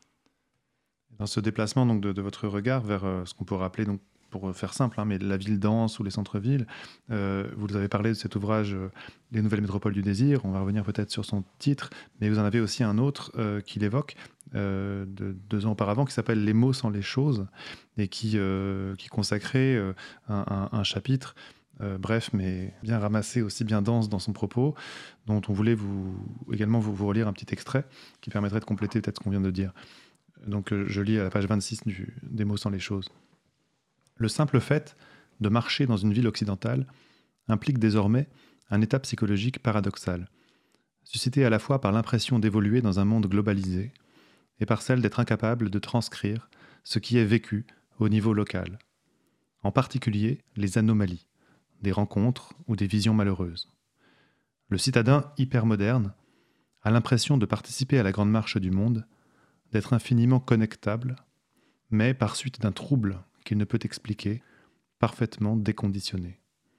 Dans ce déplacement donc, de votre regard vers ce qu'on pourrait appeler, donc, pour faire simple, mais la ville dense ou les centres-villes, vous avez parlé de cet ouvrage Les Nouvelles Métropoles du Désir, on va revenir peut-être sur son titre, mais vous en avez aussi un autre qui l'évoque, de 2 ans auparavant, qui s'appelle Les mots sans les choses, et qui consacrait un chapitre, bref, mais bien ramassé, aussi bien dense dans son propos, dont on voulait également vous relire un petit extrait qui permettrait de compléter peut-être ce qu'on vient de dire. Donc je lis à la page 26 des mots sans les choses. Le simple fait de marcher dans une ville occidentale implique désormais un état psychologique paradoxal, suscité à la fois par l'impression d'évoluer dans un monde globalisé et par celle d'être incapable de transcrire ce qui est vécu au niveau local, en particulier les anomalies, des rencontres ou des visions malheureuses. Le citadin hypermoderne a l'impression de participer à la grande marche du monde, d'être infiniment connectable, mais par suite d'un trouble qu'il ne peut expliquer, parfaitement déconditionné.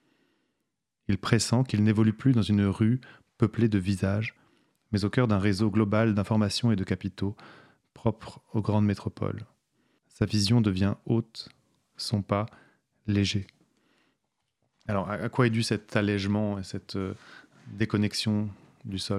Il pressent qu'il n'évolue plus dans une rue peuplée de visages, mais au cœur d'un réseau global d'informations et de capitaux propre aux grandes métropoles. Sa vision devient haute, son pas léger. Alors, à quoi est dû cet allègement et cette déconnexion du sol ?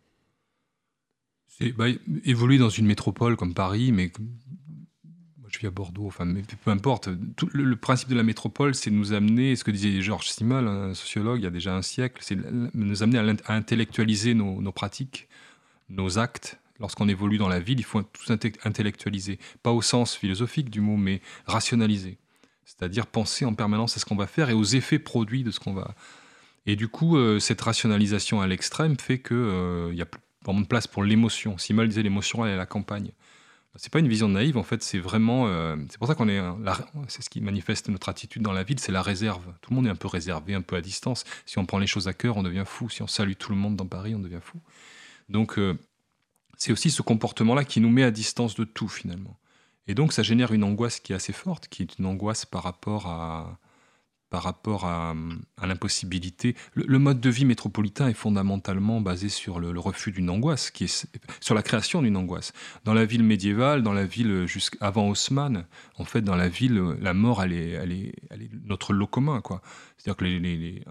Évoluer dans une métropole comme Paris, mais moi je vis à Bordeaux, mais peu importe. Le principe de la métropole, c'est de nous amener, ce que disait Georges Simmel, un sociologue, il y a déjà un siècle, c'est de nous amener à intellectualiser nos pratiques, nos actes. Lorsqu'on évolue dans la ville, il faut tout intellectualiser. Pas au sens philosophique du mot, mais rationaliser. C'est-à-dire penser en permanence à ce qu'on va faire et aux effets produits de ce qu'on va... Et du coup, cette rationalisation à l'extrême fait qu'il y a vraiment de place pour l'émotion. Simmel disait l'émotion, elle est à la campagne. C'est pas une vision naïve, en fait, c'est vraiment... c'est pour ça qu'on est... c'est ce qui manifeste notre attitude dans la ville, c'est la réserve. Tout le monde est un peu réservé, un peu à distance. Si on prend les choses à cœur, on devient fou. Si on salue tout le monde dans Paris, on devient fou. Donc, c'est aussi ce comportement-là qui nous met à distance de tout, finalement. Et donc, ça génère une angoisse qui est assez forte, qui est une angoisse par rapport à par rapport à l'impossibilité. Le mode de vie métropolitain est fondamentalement basé sur le refus d'une angoisse, sur la création d'une angoisse. Dans la ville médiévale, dans la ville jusqu'avant Haussmann, en fait, dans la ville, la mort, elle est notre lot commun, quoi. C'est-à-dire que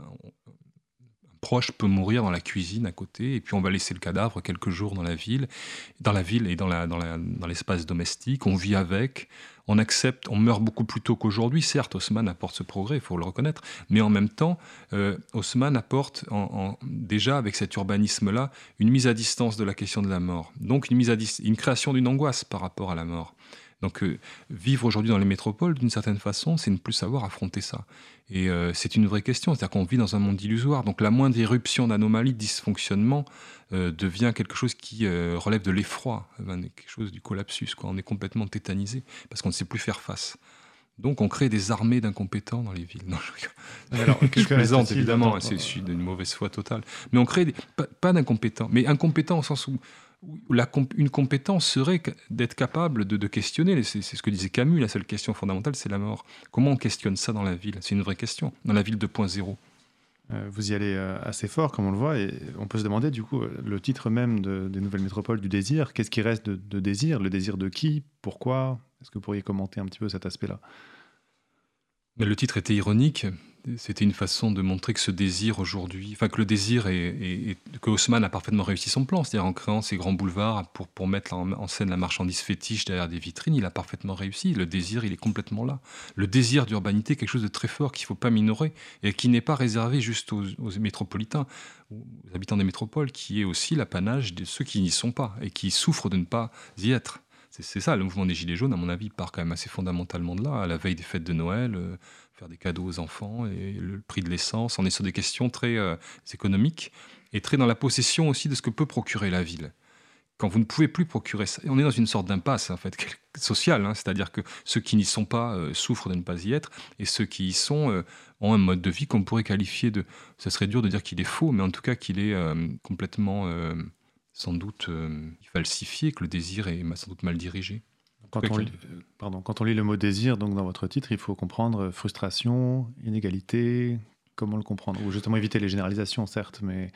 un proche peut mourir dans la cuisine à côté, et puis on va laisser le cadavre quelques jours dans la ville et dans l'espace domestique. On vit avec. On accepte, on meurt beaucoup plus tôt qu'aujourd'hui. Certes, Haussmann apporte ce progrès, il faut le reconnaître, mais en même temps, Haussmann apporte déjà avec cet urbanisme-là une mise à distance de la question de la mort. Donc une création d'une angoisse par rapport à la mort. Donc vivre aujourd'hui dans les métropoles, d'une certaine façon, c'est ne plus savoir affronter ça. Et c'est une vraie question, c'est-à-dire qu'on vit dans un monde illusoire. Donc la moindre éruption d'anomalie, de dysfonctionnement, devient quelque chose qui relève de l'effroi, quelque chose du collapsus, quoi. On est complètement tétanisé parce qu'on ne sait plus faire face. Donc on crée des armées d'incompétents dans les villes. Non, je plaisante évidemment, c'est d'une mauvaise foi totale. Mais on crée pas d'incompétents, mais incompétents au sens où une compétence serait d'être capable de questionner. C'est ce que disait Camus, la seule question fondamentale, c'est la mort. Comment on questionne ça dans la ville? C'est une vraie question, dans la ville 2.0. Vous y allez assez fort, comme on le voit, et on peut se demander, du coup, le titre même des nouvelles métropoles, du désir, qu'est-ce qui reste de désir? Le désir de qui? Pourquoi? Est-ce que vous pourriez commenter un petit peu cet aspect-là? Mais le titre était ironique. C'était une façon de montrer que ce désir aujourd'hui, enfin que le désir que Haussmann a parfaitement réussi son plan, c'est-à-dire en créant ces grands boulevards pour mettre en scène la marchandise fétiche derrière des vitrines, il a parfaitement réussi. Le désir, il est complètement là. Le désir d'urbanité, quelque chose de très fort qu'il ne faut pas minorer et qui n'est pas réservé juste aux métropolitains, aux habitants des métropoles, qui est aussi l'apanage de ceux qui n'y sont pas et qui souffrent de ne pas y être. C'est ça, le mouvement des Gilets jaunes, à mon avis, part quand même assez fondamentalement de là, à la veille des fêtes de Noël, faire des cadeaux aux enfants, et le prix de l'essence. On est sur des questions très économiques, et très dans la possession aussi de ce que peut procurer la ville. Quand vous ne pouvez plus procurer ça, on est dans une sorte d'impasse, en fait, sociale, hein, c'est-à-dire que ceux qui n'y sont pas souffrent de ne pas y être, et ceux qui y sont ont un mode de vie qu'on pourrait qualifier de... Ça serait dur de dire qu'il est faux, mais en tout cas qu'il est complètement... sans doute falsifié, que le désir est sans doute mal dirigé. Quand on lit le mot désir, donc dans votre titre, il faut comprendre frustration, inégalité, comment le comprendre? Ou justement éviter les généralisations, certes, mais...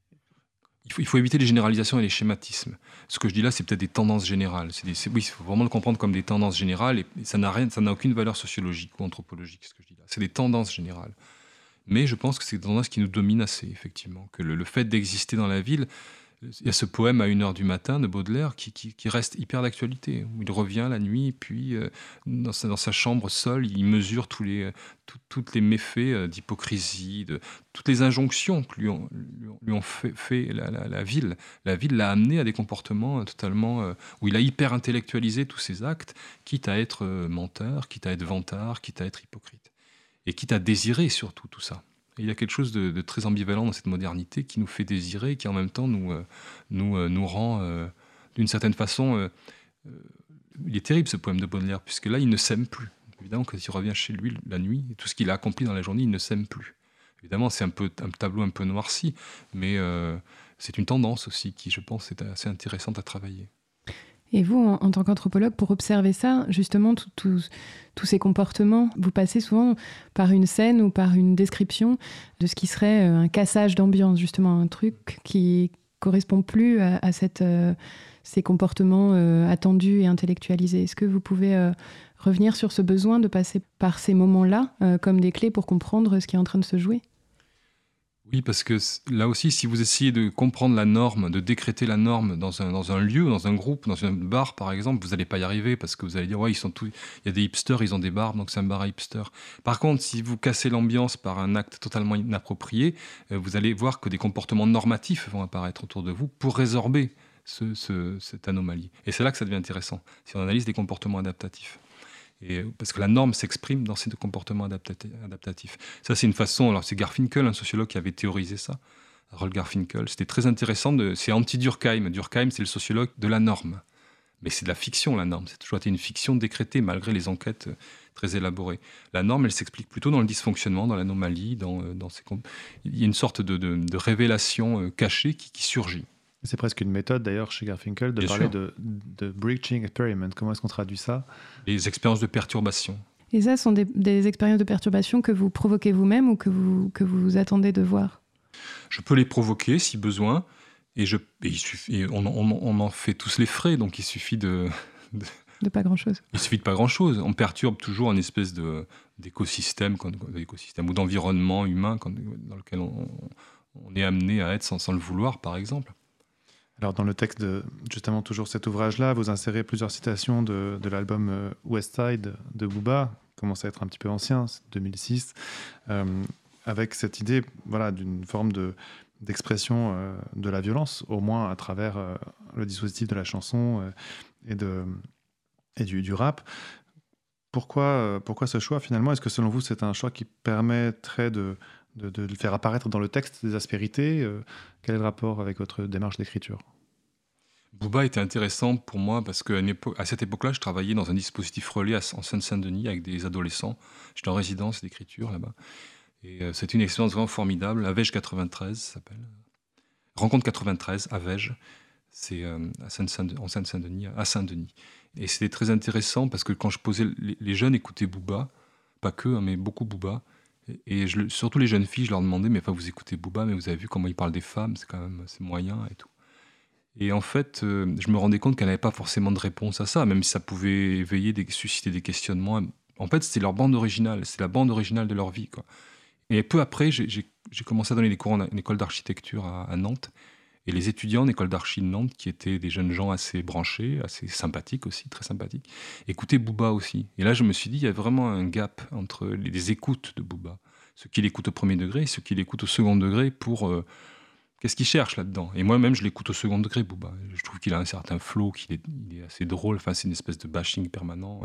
Il faut éviter les généralisations et les schématismes. Ce que je dis là, c'est peut-être des tendances générales. Oui, il faut vraiment le comprendre comme des tendances générales, et ça n'a aucune valeur sociologique ou anthropologique, ce que je dis là. C'est des tendances générales. Mais je pense que c'est des tendances qui nous dominent assez, effectivement. Que le fait d'exister dans la ville... Il y a ce poème à 1h du matin de Baudelaire qui reste hyper d'actualité, où il revient la nuit, et puis dans sa chambre seul, il mesure tous les méfaits d'hypocrisie, toutes les injonctions que lui ont fait la ville. La ville l'a amené à des comportements totalement... où il a hyper intellectualisé tous ses actes, quitte à être menteur, quitte à être vantard, quitte à être hypocrite. Et quitte à désirer surtout tout ça. Il y a quelque chose de très ambivalent dans cette modernité qui nous fait désirer et qui en même temps nous rend d'une certaine façon... il est terrible ce poème de Baudelaire, puisque là il ne s'aime plus. Évidemment, quand il revient chez lui la nuit, et tout ce qu'il a accompli dans la journée, il ne s'aime plus. Évidemment, c'est un tableau un peu noirci, mais c'est une tendance aussi qui, je pense, est assez intéressante à travailler. Et vous, en tant qu'anthropologue, pour observer ça, justement, tous ces comportements, vous passez souvent par une scène ou par une description de ce qui serait un cassage d'ambiance, justement, un truc qui correspond plus à ces comportements attendus et intellectualisés. Est-ce que vous pouvez revenir sur ce besoin de passer par ces moments-là comme des clés pour comprendre ce qui est en train de se jouer ? Oui, parce que là aussi, si vous essayez de comprendre la norme, de décréter la norme dans un lieu, dans un groupe, dans un bar par exemple, vous n'allez pas y arriver parce que vous allez dire ouais, il y a des hipsters, ils ont des barbes, donc c'est un bar à hipsters. Par contre, si vous cassez l'ambiance par un acte totalement inapproprié, vous allez voir que des comportements normatifs vont apparaître autour de vous pour résorber cette anomalie. Et c'est là que ça devient intéressant, si on analyse des comportements adaptatifs. Parce que la norme s'exprime dans ces comportements adaptatifs. Ça, c'est une façon... Alors, c'est Garfinkel, un sociologue, qui avait théorisé ça. Harold Garfinkel. C'était très intéressant. C'est anti-Durkheim. Durkheim, c'est le sociologue de la norme. Mais c'est de la fiction, la norme. C'est toujours été une fiction décrétée, malgré les enquêtes très élaborées. La norme, elle s'explique plutôt dans le dysfonctionnement, dans l'anomalie. Il y a une sorte de révélation cachée qui surgit. C'est presque une méthode, d'ailleurs, chez Garfinkel, de parler de breaching experiment. Comment est-ce qu'on traduit ça? Les expériences de perturbation. Et ça, ce sont des expériences de perturbation que vous provoquez vous-même ou que vous attendez de voir? Je peux les provoquer si besoin, et on en fait tous les frais, donc il suffit de pas grand-chose. Il suffit de pas grand-chose. On perturbe toujours une espèce d'écosystème ou d'environnement humain dans lequel on est amené à être sans le vouloir, par exemple. Alors dans le texte de justement toujours cet ouvrage-là, vous insérez plusieurs citations de l'album West Side de Booba, qui commence à être un petit peu ancien, c'est 2006, avec cette idée d'une forme d'expression de la violence, au moins à travers le dispositif de la chanson et du rap. Pourquoi ce choix finalement? Est-ce que selon vous c'est un choix qui permettrait de faire apparaître dans le texte des aspérités? Quel est le rapport avec votre démarche d'écriture? Booba était intéressant pour moi parce qu'à cette époque-là, je travaillais dans un dispositif relais en Seine-Saint-Denis avec des adolescents. J'étais en résidence d'écriture là-bas. Et c'est une expérience vraiment formidable. Avège 93, ça s'appelle. Rencontre 93, Avège. C'est en Seine-Saint-Denis, à Saint-Denis. Et c'était très intéressant parce que quand je posais... Les jeunes écoutaient Booba, pas que, mais beaucoup Booba. Et surtout les jeunes filles, je leur demandais, mais vous écoutez Booba, mais vous avez vu comment il parle des femmes, c'est moyen et tout. Et en fait, je me rendais compte qu'elle n'avait pas forcément de réponse à ça, même si ça pouvait susciter des questionnements. En fait, c'était leur bande originale, c'est la bande originale de leur vie, quoi. Et peu après, j'ai commencé à donner des cours en école d'architecture à Nantes. Et les étudiants d'école d'archi de Nantes, qui étaient des jeunes gens assez branchés, assez sympathiques aussi, très sympathiques, écoutaient Booba aussi. Et là, je me suis dit, il y a vraiment un gap entre les écoutes de Booba. Ceux qui l'écoutent au premier degré et ceux qui l'écoutent au second degré pour... qu'est-ce qu'ils cherchent là-dedans? Et moi-même, je l'écoute au second degré, Booba. Je trouve qu'il a un certain flow, il est assez drôle. Enfin, c'est une espèce de bashing permanent.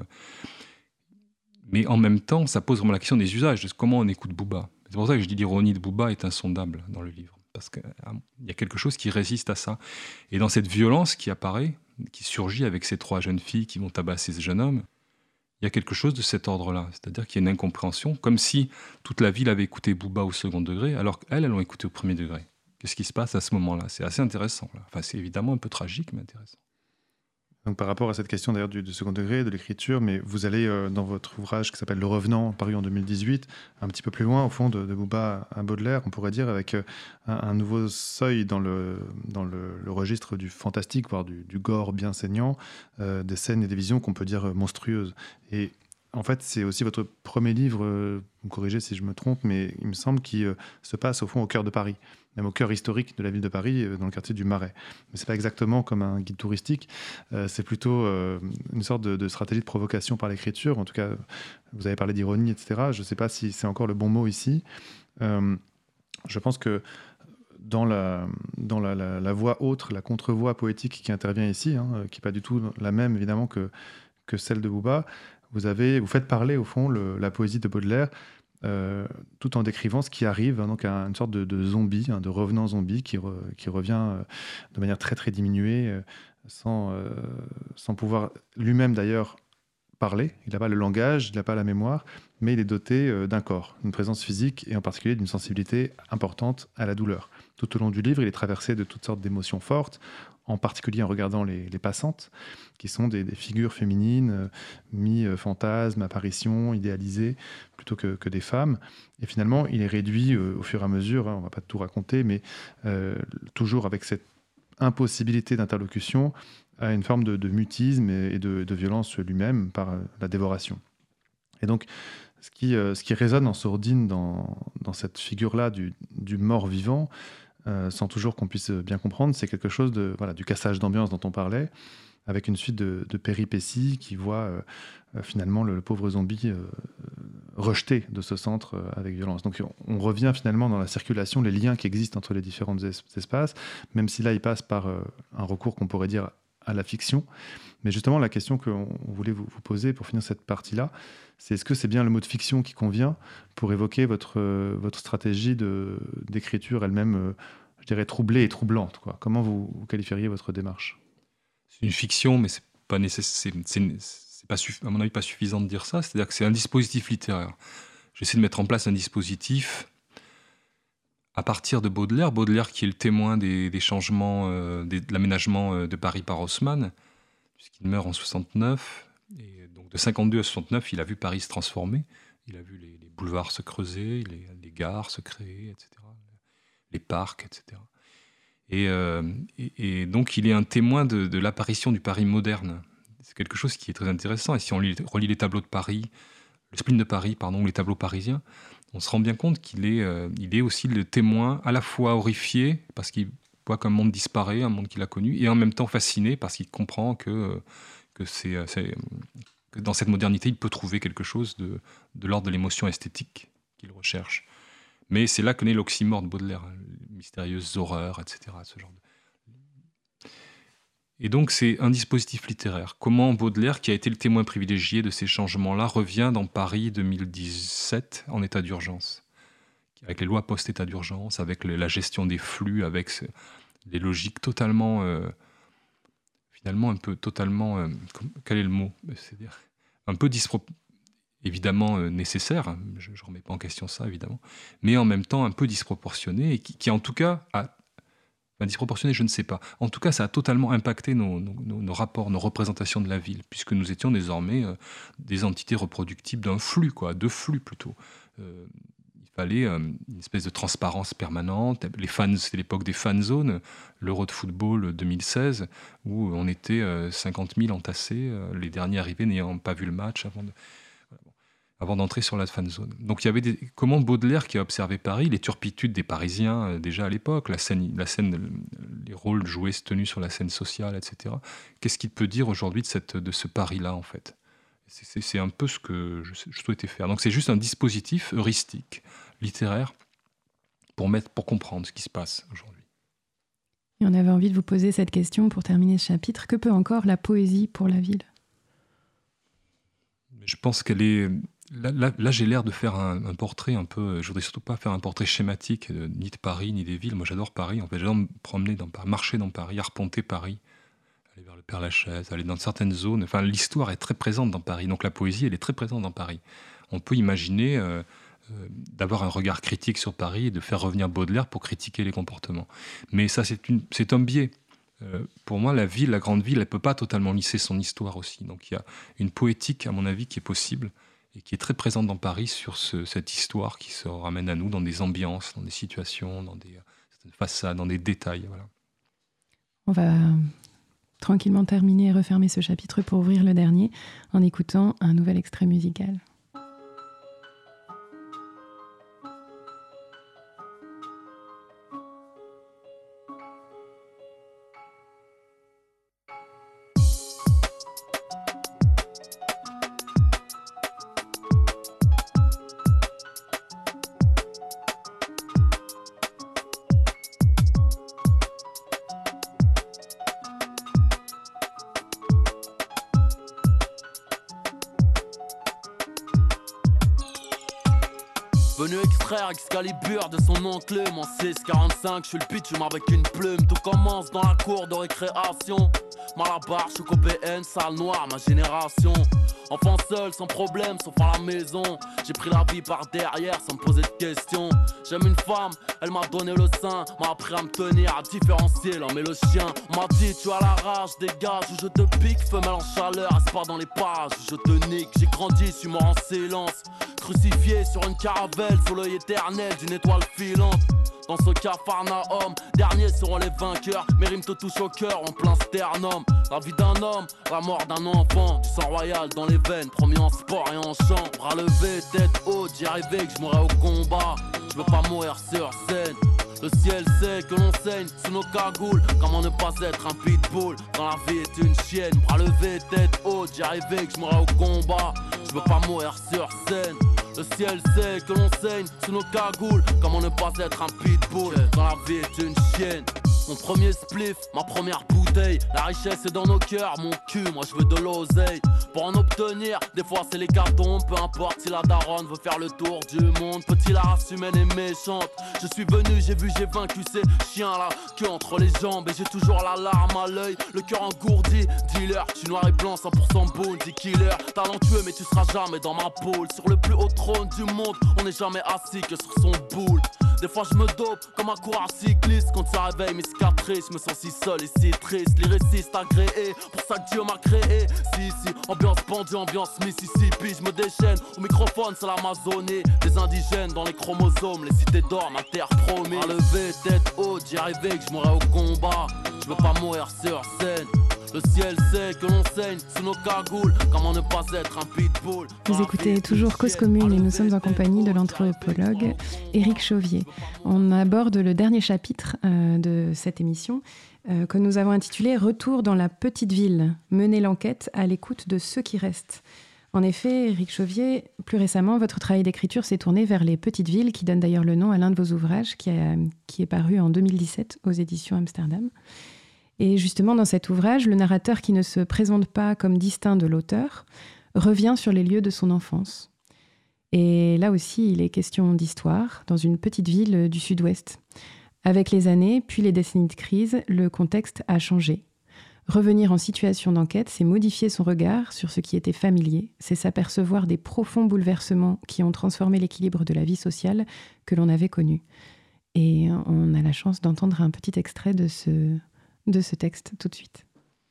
Mais en même temps, ça pose vraiment la question des usages, de comment on écoute Booba. C'est pour ça que je dis l'ironie de Booba est insondable dans le livre. Parce qu'il y a quelque chose qui résiste à ça. Et dans cette violence qui apparaît, qui surgit avec ces trois jeunes filles qui vont tabasser ce jeune homme, il y a quelque chose de cet ordre-là. C'est-à-dire qu'il y a une incompréhension, comme si toute la ville avait écouté Booba au second degré, alors qu'elles l'ont écouté au premier degré. Qu'est-ce qui se passe à ce moment-là? C'est assez intéressant. Là. Enfin, c'est évidemment un peu tragique, mais intéressant. Donc, par rapport à cette question d'ailleurs du second degré, de l'écriture, mais vous allez dans votre ouvrage qui s'appelle Le Revenant, paru en 2018, un petit peu plus loin au fond de Booba à Baudelaire, on pourrait dire, avec un nouveau seuil dans le registre du fantastique, voire du gore bien saignant, des scènes et des visions qu'on peut dire monstrueuses. Et en fait, c'est aussi votre premier livre, vous me corrigez si je me trompe, mais il me semble qu'il se passe au fond au cœur de Paris, même au cœur historique de la ville de Paris, dans le quartier du Marais. Mais c'est pas exactement comme un guide touristique, c'est plutôt une sorte de stratégie de provocation par l'écriture. En tout cas, vous avez parlé d'ironie, etc. Je ne sais pas si c'est encore le bon mot ici. Je pense que dans la voix autre, la contre-voix poétique qui intervient ici, qui n'est pas du tout la même évidemment que celle de Booba, vous faites parler au fond la poésie de Baudelaire, tout en décrivant ce qui arrive, donc à une sorte de zombie, de revenant zombie qui revient de manière très très diminuée, sans pouvoir lui-même d'ailleurs parler. Il n'a pas le langage, il n'a pas la mémoire, mais il est doté d'un corps, d'une présence physique et en particulier d'une sensibilité importante à la douleur. Tout au long du livre, il est traversé de toutes sortes d'émotions fortes, en particulier en regardant les passantes, qui sont des figures féminines, mi-fantasmes, apparitions, idéalisées, plutôt que des femmes. Et finalement, il est réduit au fur et à mesure, on ne va pas tout raconter, mais toujours avec cette impossibilité d'interlocution, à une forme de mutisme et de violence lui-même par la dévoration. Et donc, ce qui résonne en sourdine dans cette figure-là du mort-vivant, sans toujours qu'on puisse bien comprendre, c'est quelque chose du cassage d'ambiance dont on parlait, avec une suite de péripéties qui voient finalement le pauvre zombie rejeté de ce centre avec violence. Donc on revient finalement dans la circulation, les liens qui existent entre les différents espaces, même si là il passe par un recours qu'on pourrait dire à la fiction. Mais justement, la question qu'on voulait vous poser pour finir cette partie-là, c'est est-ce que c'est bien le mot de fiction qui convient pour évoquer votre stratégie d'écriture elle-même, je dirais, troublée et troublante, quoi. Comment vous qualifieriez votre démarche? C'est une fiction, mais c'est pas nécessaire. C'est pas, à mon avis, pas suffisant de dire ça. C'est-à-dire que c'est un dispositif littéraire. J'essaie de mettre en place un dispositif à partir de Baudelaire. Baudelaire qui est le témoin des changements, de l'aménagement de Paris par Haussmann, puisqu'il meurt en 69. Et donc de 52 à 69, il a vu Paris se transformer. Il a vu les boulevards se creuser, les gares se créer, etc. Les parcs, etc. Et donc il est un témoin de l'apparition du Paris moderne. C'est quelque chose qui est très intéressant. Et si on relit les tableaux de Paris, le spleen de Paris, pardon, ou les tableaux parisiens, on se rend bien compte qu'il est aussi le témoin à la fois horrifié, parce qu'il voit qu'un monde disparaît, un monde qu'il a connu, et en même temps fasciné, parce qu'il comprend que dans cette modernité, il peut trouver quelque chose de l'ordre de l'émotion esthétique qu'il recherche. Mais c'est là que naît l'oxymore de Baudelaire, hein, les mystérieuses horreurs, etc. Ce genre de... Et donc c'est un dispositif littéraire. Comment Baudelaire, qui a été le témoin privilégié de ces changements-là, revient dans Paris 2017 en état d'urgence, avec les lois post-état d'urgence, avec la gestion des flux, avec des logiques totalement... finalement un peu totalement... quel est le mot ? C'est-à-dire un peu évidemment nécessaire, je ne remets pas en question ça évidemment, mais en même temps un peu disproportionné, et qui en tout cas disproportionné, je ne sais pas. En tout cas, ça a totalement impacté nos rapports, nos représentations de la ville, puisque nous étions désormais des entités reproductibles d'un flux, deux flux plutôt. Il fallait une espèce de transparence permanente. C'était l'époque des fan zones, l'Euro de football 2016, où on était 50 000 entassés, les derniers arrivés n'ayant pas vu le match avant d'entrer sur la fan zone. Donc il y avait comment Baudelaire, qui a observé Paris, les turpitudes des Parisiens déjà à l'époque, la scène, les rôles joués, tenus sur la scène sociale, etc. Qu'est-ce qu'il peut dire aujourd'hui de ce Paris-là, en fait ? C'est un peu ce que je souhaitais faire. Donc c'est juste un dispositif heuristique, littéraire, pour comprendre ce qui se passe aujourd'hui. Et on avait envie de vous poser cette question pour terminer ce chapitre. Que peut encore la poésie pour la ville ? Je pense qu'elle est... Là, j'ai l'air de faire un portrait un peu... Je voudrais surtout pas faire un portrait schématique ni de Paris, ni des villes. Moi, j'adore Paris. En fait, j'adore me promener dans Paris, marcher dans Paris, arpenter Paris, aller vers le Père-Lachaise, aller dans certaines zones. Enfin, l'histoire est très présente dans Paris. Donc, la poésie, elle est très présente dans Paris. On peut imaginer d'avoir un regard critique sur Paris et de faire revenir Baudelaire pour critiquer les comportements. Mais ça, c'est un biais. Pour moi, la grande ville, elle ne peut pas totalement lisser son histoire aussi. Donc, il y a une poétique, à mon avis, qui est possible et qui est très présente dans Paris sur cette histoire qui se ramène à nous dans des ambiances, dans des situations, dans certaines façades, dans des détails. Voilà. On va tranquillement terminer et refermer ce chapitre pour ouvrir le dernier en écoutant un nouvel extrait musical. Venu extraire Excalibur de son enclume en 6,45, je suis le pitch, avec une plume. Tout commence dans la cour de récréation. Malabar, Choco-BN, salle noire, ma génération. Enfant seul, sans problème, sauf à la maison. J'ai pris la vie par derrière sans me poser de questions. J'aime une femme, elle m'a donné le sein, m'a appris à me tenir, à différencier l'homme et le chien. On m'a dit tu as la rage, dégage ou je te pique. Femelle en chaleur, reste pas dans les parages, je te nique. J'ai grandi, suis mort en silence, crucifié sur une caravelle sous l'œil éternel d'une étoile filante. Dans ce capharnaüm, derniers seront les vainqueurs. Mes rimes te touchent au cœur en plein sternum. La vie d'un homme, la mort d'un enfant. Du sang royal dans les veines, promis en sport et en chant. Bras levés, tête haute, j'y arrivais que je mourrais au combat. Je veux pas mourir sur scène. Le ciel sait que l'on saigne sous nos cagoules. Comment ne pas être un pitbull quand la vie est une chienne. Bras levés, tête haute, j'y arrivais que je mourrais au combat. Je veux pas mourir sur scène. Le ciel sait que l'on saigne sous nos cagoules. Comment ne pas être un pitbull quand la vie est une chienne. Mon premier spliff, ma première bouteille. La richesse est dans nos cœurs, mon cul, moi je veux de l'oseille. Pour en obtenir, des fois c'est l'hécatombe. Peu importe si la daronne veut faire le tour du monde. Petit, la race humaine est méchante. Je suis venu, j'ai vu, j'ai vaincu ces chiens là. Que entre les jambes et j'ai toujours la larme à l'œil. Le cœur engourdi, dealer, je suis noir et blanc, 100% bounty killer. Talentueux mais tu seras jamais dans ma poule. Sur le plus haut trône du monde, on n'est jamais assis que sur son boule. Des fois je me dope comme un coureur cycliste. Quand ça réveille mes cicatrices, je me sens si seul et si triste. Les récits agréés, pour ça que Dieu m'a créé. Si, ambiance bandit, ambiance Mississippi. Je me déchaîne, au microphone c'est l'Amazonie. Des indigènes dans les chromosomes, les cités d'or, ma terre promise. À lever, tête haute, j'y arrivais que je mourrais au combat. Je veux pas mourir sur scène. Le ciel sait que l'on saigne sous nos cagoules. Comment ne pas être un pitbull? Vous écoutez toujours Cause Commune et nous sommes en compagnie de l'anthropologue Éric Chauvier. On aborde le dernier chapitre de cette émission que nous avons intitulé « Retour dans la petite ville, mener l'enquête à l'écoute de ceux qui restent ». En effet, Éric Chauvier, plus récemment, votre travail d'écriture s'est tourné vers les petites villes, qui donne d'ailleurs le nom à l'un de vos ouvrages, qui est paru en 2017 aux éditions Amsterdam. Et justement, dans cet ouvrage, le narrateur qui ne se présente pas comme distinct de l'auteur revient sur les lieux de son enfance. Et là aussi, il est question d'histoire, dans une petite ville du sud-ouest. Avec les années, puis les décennies de crise, le contexte a changé. Revenir en situation d'enquête, c'est modifier son regard sur ce qui était familier, c'est s'apercevoir des profonds bouleversements qui ont transformé l'équilibre de la vie sociale que l'on avait connu. Et on a la chance d'entendre un petit extrait de ce texte tout de suite.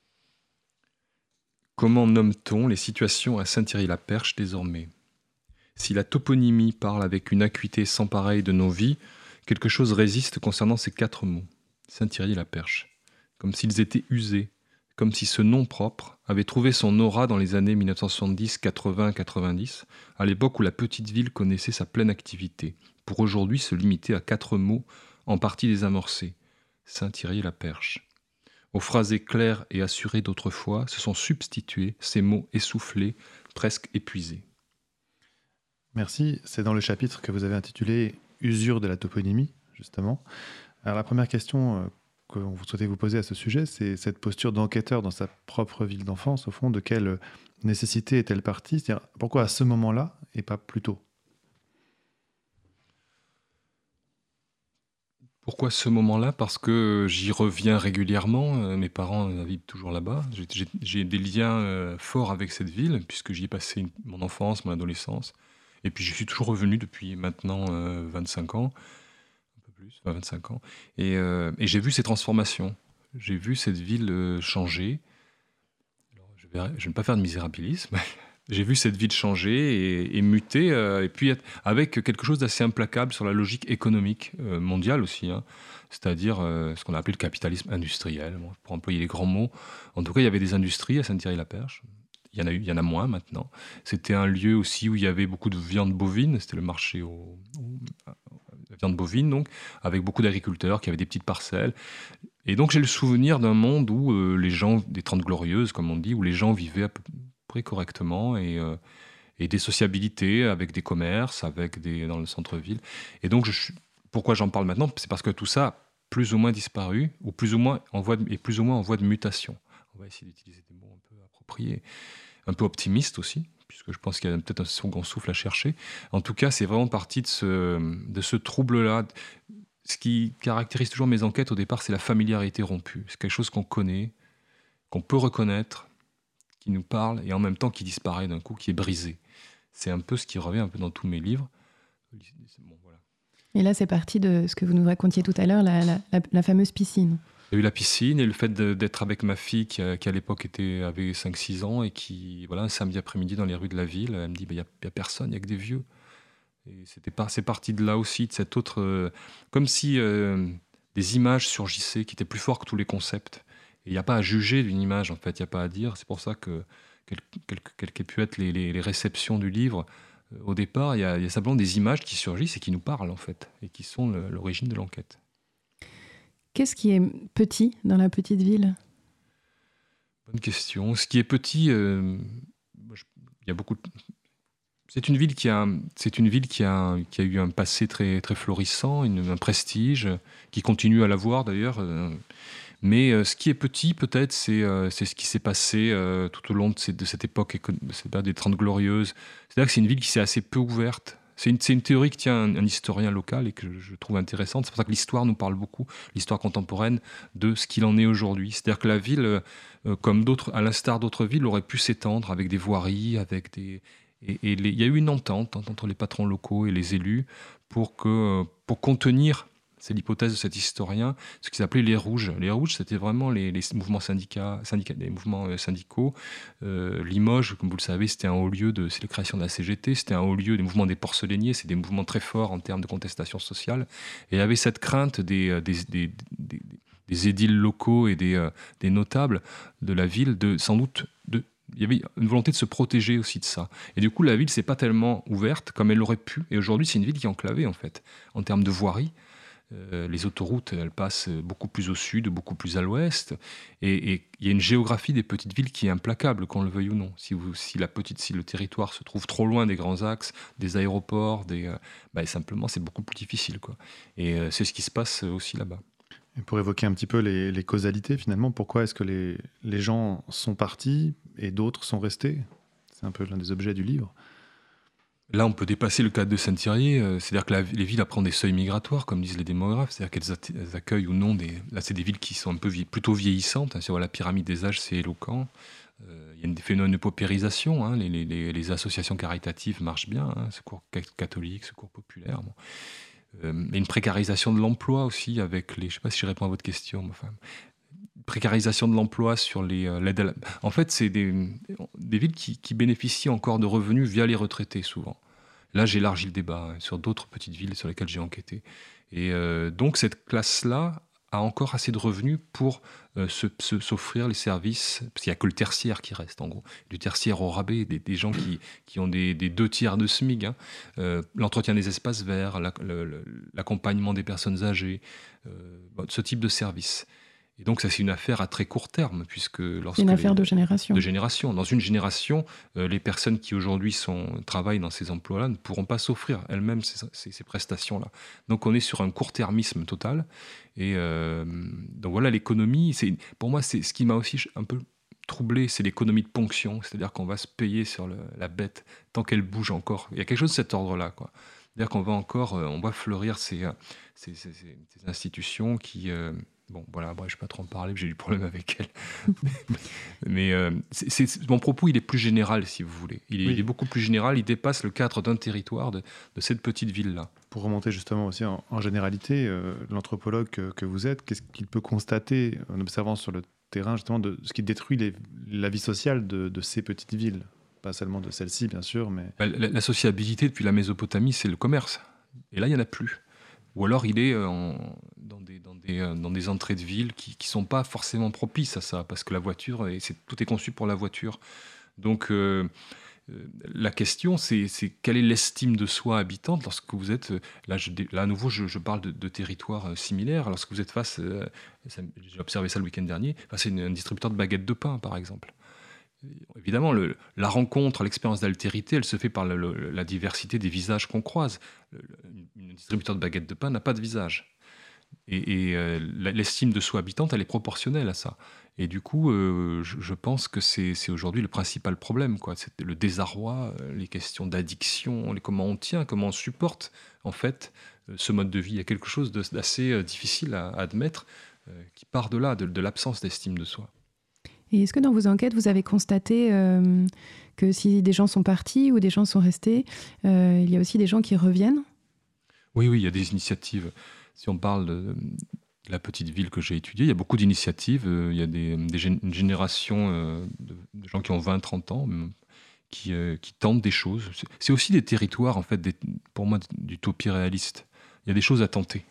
Comment nomme-t-on les situations à Saint-Thierry-la-Perche désormais ? Si la toponymie parle avec une acuité sans pareille de nos vies, quelque chose résiste concernant ces 4 mots. Saint-Thierry-la-Perche. Comme s'ils étaient usés, comme si ce nom propre avait trouvé son aura dans les années 1970, 80, 90, à l'époque où la petite ville connaissait sa pleine activité, pour aujourd'hui se limiter à 4 mots en partie désamorcés. Saint-Thierry-la-Perche. Aux phrases claires et assurées d'autrefois se sont substitués ces mots essoufflés, presque épuisés. Merci. C'est dans le chapitre que vous avez intitulé « Usure de la toponymie », justement. Alors la première question que vous souhaitez vous poser à ce sujet, c'est cette posture d'enquêteur dans sa propre ville d'enfance. Au fond, de quelle nécessité est-elle partie ? C'est-à-dire, pourquoi à ce moment-là et pas plus tôt ? Pourquoi ce moment-là ? Parce que j'y reviens régulièrement. Mes parents habitent toujours là-bas. J'ai des liens forts avec cette ville, puisque j'y ai passé mon enfance, mon adolescence. Et puis je suis toujours revenu depuis maintenant 25 ans, un peu plus, 25 ans. Et j'ai vu ces transformations. J'ai vu cette ville changer. Alors, je ne vais pas faire de misérabilisme. J'ai vu cette ville changer et muter, et puis avec quelque chose d'assez implacable sur la logique économique mondiale aussi, hein. C'est-à-dire ce qu'on a appelé le capitalisme industriel, pour employer les grands mots. En tout cas, il y avait des industries à Saint-Thierry-la-Perche. Il y en a moins maintenant. C'était un lieu aussi où il y avait beaucoup de viande bovine. C'était le marché la viande bovine, donc, avec beaucoup d'agriculteurs qui avaient des petites parcelles. Et donc, j'ai le souvenir d'un monde où les gens, des 30 glorieuses, comme on dit, où les gens vivaient à peu près correctement et des sociabilités avec des commerces, dans le centre-ville. Et donc, pourquoi j'en parle maintenant ? C'est parce que tout ça a plus ou moins disparu, ou plus ou moins en voie de mutation. On va essayer d'utiliser des mots un peu appropriés, un peu optimistes aussi, puisque je pense qu'il y a peut-être un second souffle à chercher. En tout cas, c'est vraiment parti de ce trouble-là. Ce qui caractérise toujours mes enquêtes au départ, c'est la familiarité rompue. C'est quelque chose qu'on connaît, qu'on peut reconnaître, qui nous parle, et en même temps qui disparaît d'un coup, qui est brisé. C'est un peu ce qui revient un peu dans tous mes livres. Bon, voilà. Et là, c'est parti de ce que vous nous racontiez tout à l'heure, la fameuse piscine. Il y a eu la piscine et le fait d'être avec ma fille qui à l'époque avait 5-6 ans et qui, voilà, un samedi après-midi dans les rues de la ville, elle me dit, il n'y a personne, il n'y a que des vieux. Et c'est parti de là aussi, de cette autre... comme si des images surgissaient qui étaient plus fortes que tous les concepts. Et il n'y a pas à juger d'une image, en fait, il n'y a pas à dire. C'est pour ça que, quelles qu'aient pu être les réceptions du livre, au départ, il y a simplement des images qui surgissent et qui nous parlent, en fait, et qui sont l'origine de l'enquête. Qu'est-ce qui est petit dans la petite ville ? Bonne question. Ce qui est petit, il y a beaucoup. C'est une ville qui a eu un passé très très florissant, un prestige qui continue à l'avoir d'ailleurs. Mais ce qui est petit peut-être, c'est ce qui s'est passé tout au long de cette époque, de cette période des 30 glorieuses. C'est-à-dire que c'est une ville qui s'est assez peu ouverte. C'est une théorie que tient un historien local et que je trouve intéressante. C'est pour ça que l'histoire nous parle beaucoup, l'histoire contemporaine, de ce qu'il en est aujourd'hui. C'est-à-dire que la ville, comme à l'instar d'autres villes, aurait pu s'étendre avec des voiries, il y a eu une entente entre les patrons locaux et les élus pour pour contenir, c'est l'hypothèse de cet historien, ce qu'ils appelaient les rouges. Les rouges, c'était vraiment les mouvements les mouvements syndicaux. Limoges, comme vous le savez, c'était un haut lieu c'est la création de la CGT, c'était un haut lieu des mouvements des porcelainiers, c'est des mouvements très forts en termes de contestation sociale. Et il y avait cette crainte des édiles locaux et des notables de la ville, il y avait une volonté de se protéger aussi de ça. Et du coup, la ville s'est pas tellement ouverte comme elle l'aurait pu. Et aujourd'hui, c'est une ville qui est enclavée, en fait, en termes de voirie. Les autoroutes, elles passent beaucoup plus au sud, beaucoup plus à l'ouest. Et il y a une géographie des petites villes qui est implacable, qu'on le veuille ou non. Si le territoire se trouve trop loin des grands axes, des aéroports, simplement, c'est beaucoup plus difficile, quoi. Et c'est ce qui se passe aussi là-bas. Et pour évoquer un petit peu les causalités, finalement, pourquoi est-ce que les gens sont partis et d'autres sont restés? C'est un peu l'un des objets du livre. Là, on peut dépasser le cadre de Saint-Thierry, c'est-à-dire que les villes apprennent des seuils migratoires, comme disent les démographes, c'est-à-dire qu'elles accueillent ou non là, c'est des villes qui sont un peu plutôt vieillissantes, hein, sur la pyramide des âges, c'est éloquent. Il y a des phénomènes de paupérisation, hein, les associations caritatives marchent bien, hein, secours catholique, secours populaire. Bon. Et une précarisation de l'emploi aussi, avec je ne sais pas si je réponds à votre question, mais enfin, précarisation de l'emploi sur l'aide à En fait, c'est des villes qui bénéficient encore de revenus via les retraités, souvent. Là, j'ai élargi le débat, hein, sur d'autres petites villes sur lesquelles j'ai enquêté. Et donc, cette classe-là a encore assez de revenus pour s'offrir les services, parce qu'il n'y a que le tertiaire qui reste, en gros. Du tertiaire au rabais, des gens qui ont des 2 tiers de SMIC, hein. L'entretien des espaces verts, l'accompagnement des personnes âgées, ce type de service. Et donc, ça, c'est une affaire à très court terme, puisque c'est une affaire de génération. De génération. Dans une génération, les personnes qui aujourd'hui travaillent dans ces emplois-là ne pourront pas s'offrir elles-mêmes ces prestations-là. Donc, on est sur un court-termisme total. Et donc, voilà, l'économie, pour moi, c'est ce qui m'a aussi un peu troublé, c'est l'économie de ponction. C'est-à-dire qu'on va se payer sur la bête tant qu'elle bouge encore. Il y a quelque chose de cet ordre-là, quoi. C'est-à-dire qu'on va fleurir ces institutions qui... Bon, voilà, bref, je ne vais pas trop en parler, j'ai eu du problème avec elle. Mais mon propos, il est plus général, si vous voulez. Il est beaucoup plus général, il dépasse le cadre d'un territoire, de cette petite ville-là. Pour remonter justement aussi en généralité, l'anthropologue que vous êtes, qu'est-ce qu'il peut constater en observant sur le terrain, justement, de ce qui détruit la vie sociale de ces petites villes? Pas seulement de celle-ci, bien sûr, mais... La sociabilité, depuis la Mésopotamie, c'est le commerce. Et là, il n'y en a plus. Ou alors il est dans des entrées de ville qui ne sont pas forcément propices à ça, parce que la voiture, tout est conçu pour la voiture. Donc la question, c'est quelle est l'estime de soi habitante lorsque vous êtes... Là, à nouveau, je parle de territoires similaires. Lorsque vous êtes face... j'ai observé ça le week-end dernier, face à un distributeur de baguettes de pain, par exemple. Évidemment, la rencontre, l'expérience d'altérité, elle se fait par la diversité des visages qu'on croise. Un distributeur de baguettes de pain n'a pas de visage. Et l'estime de soi habitante, elle est proportionnelle à ça. Et du coup, je pense que c'est aujourd'hui le principal problème, quoi. C'est le désarroi, les questions d'addiction, comment on tient, comment on supporte, en fait, ce mode de vie. Il y a quelque chose d'assez difficile à admettre, qui part de là, de l'absence d'estime de soi. Et est-ce que dans vos enquêtes, vous avez constaté que si des gens sont partis ou des gens sont restés, il y a aussi des gens qui reviennent? Oui, il y a des initiatives. Si on parle de la petite ville que j'ai étudiée, il y a beaucoup d'initiatives. Il y a une génération de gens qui ont 20-30 ans qui tentent des choses. C'est aussi des territoires, en fait, pour moi, d'utopie réaliste. Il y a des choses à tenter.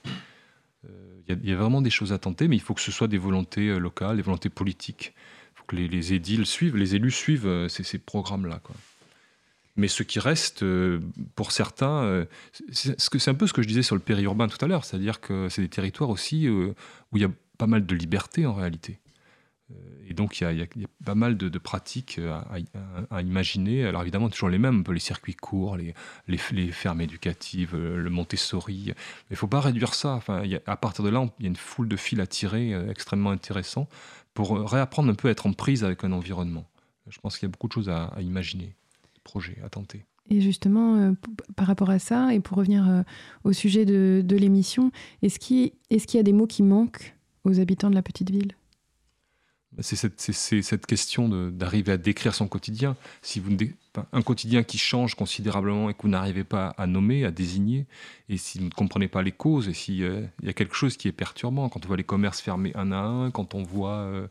Il y a vraiment des choses à tenter, mais il faut que ce soit des volontés locales, des volontés politiques. Il faut que les édiles suivent, les élus suivent ces programmes-là, quoi. Mais ce qui reste, pour certains, c'est un peu ce que je disais sur le périurbain tout à l'heure, c'est-à-dire que c'est des territoires aussi où il y a pas mal de liberté en réalité. Et donc il y a pas mal de pratiques à imaginer. Alors évidemment, toujours les mêmes, un peu les circuits courts, les fermes éducatives, le Montessori. Mais il ne faut pas réduire ça. Enfin, à partir de là, il y a une foule de fils à tirer extrêmement intéressants pour réapprendre un peu à être en prise avec un environnement. Je pense qu'il y a beaucoup de choses à imaginer, projets à tenter. Et justement, par rapport à ça, et pour revenir au sujet de l'émission, est-ce qu'il y a des mots qui manquent aux habitants de la petite ville ? C'est cette question d'arriver à décrire son quotidien. Si un quotidien qui change considérablement et que vous n'arrivez pas à nommer, à désigner, et si vous ne comprenez pas les causes, et s'il y a quelque chose qui est perturbant, quand on voit les commerces fermer un à un, quand on voit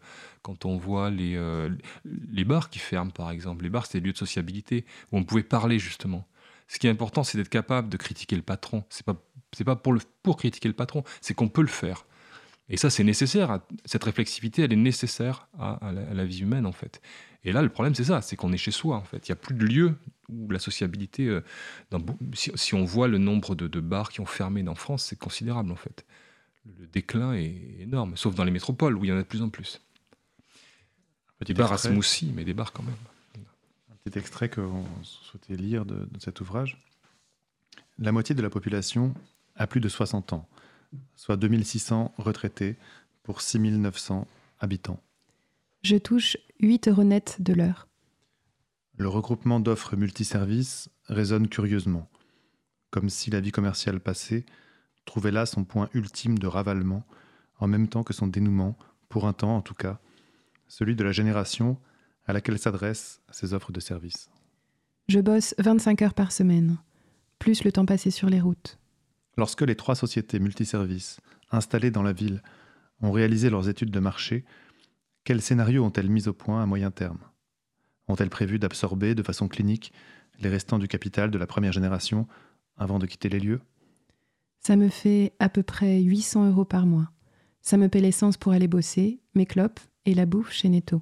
les bars qui ferment, par exemple. Les bars, c'est des lieux de sociabilité où on pouvait parler, justement. Ce qui est important, c'est d'être capable de critiquer le patron. C'est pas pour critiquer le patron, c'est qu'on peut le faire. Et ça, c'est nécessaire. Cette réflexivité, elle est nécessaire à la vie humaine, en fait. Et là, le problème, c'est ça, c'est qu'on est chez soi, en fait. Il n'y a plus de lieu où la sociabilité... si on voit le nombre de bars qui ont fermé en France, c'est considérable, en fait. Le déclin est énorme, sauf dans les métropoles, où il y en a de plus en plus. Des bars à smoothie, mais des bars quand même. Un petit extrait qu'on souhaitait lire de cet ouvrage. La moitié de la population a plus de 60 ans. Soit 2600 retraités pour 6900 habitants. Je touche 8 € net de l'heure. Le regroupement d'offres multiservices résonne curieusement, comme si la vie commerciale passée trouvait là son point ultime de ravalement, en même temps que son dénouement, pour un temps en tout cas, celui de la génération à laquelle s'adressent ces offres de services. Je bosse 25 heures par semaine, plus le temps passé sur les routes. Lorsque les 3 sociétés multiservices installées dans la ville ont réalisé leurs études de marché, quels scénarios ont-elles mis au point à moyen terme ? Ont-elles prévu d'absorber de façon clinique les restants du capital de la première génération avant de quitter les lieux ? Ça me fait à peu près 800 € par mois. Ça me paie l'essence pour aller bosser, mes clopes et la bouffe chez Netto.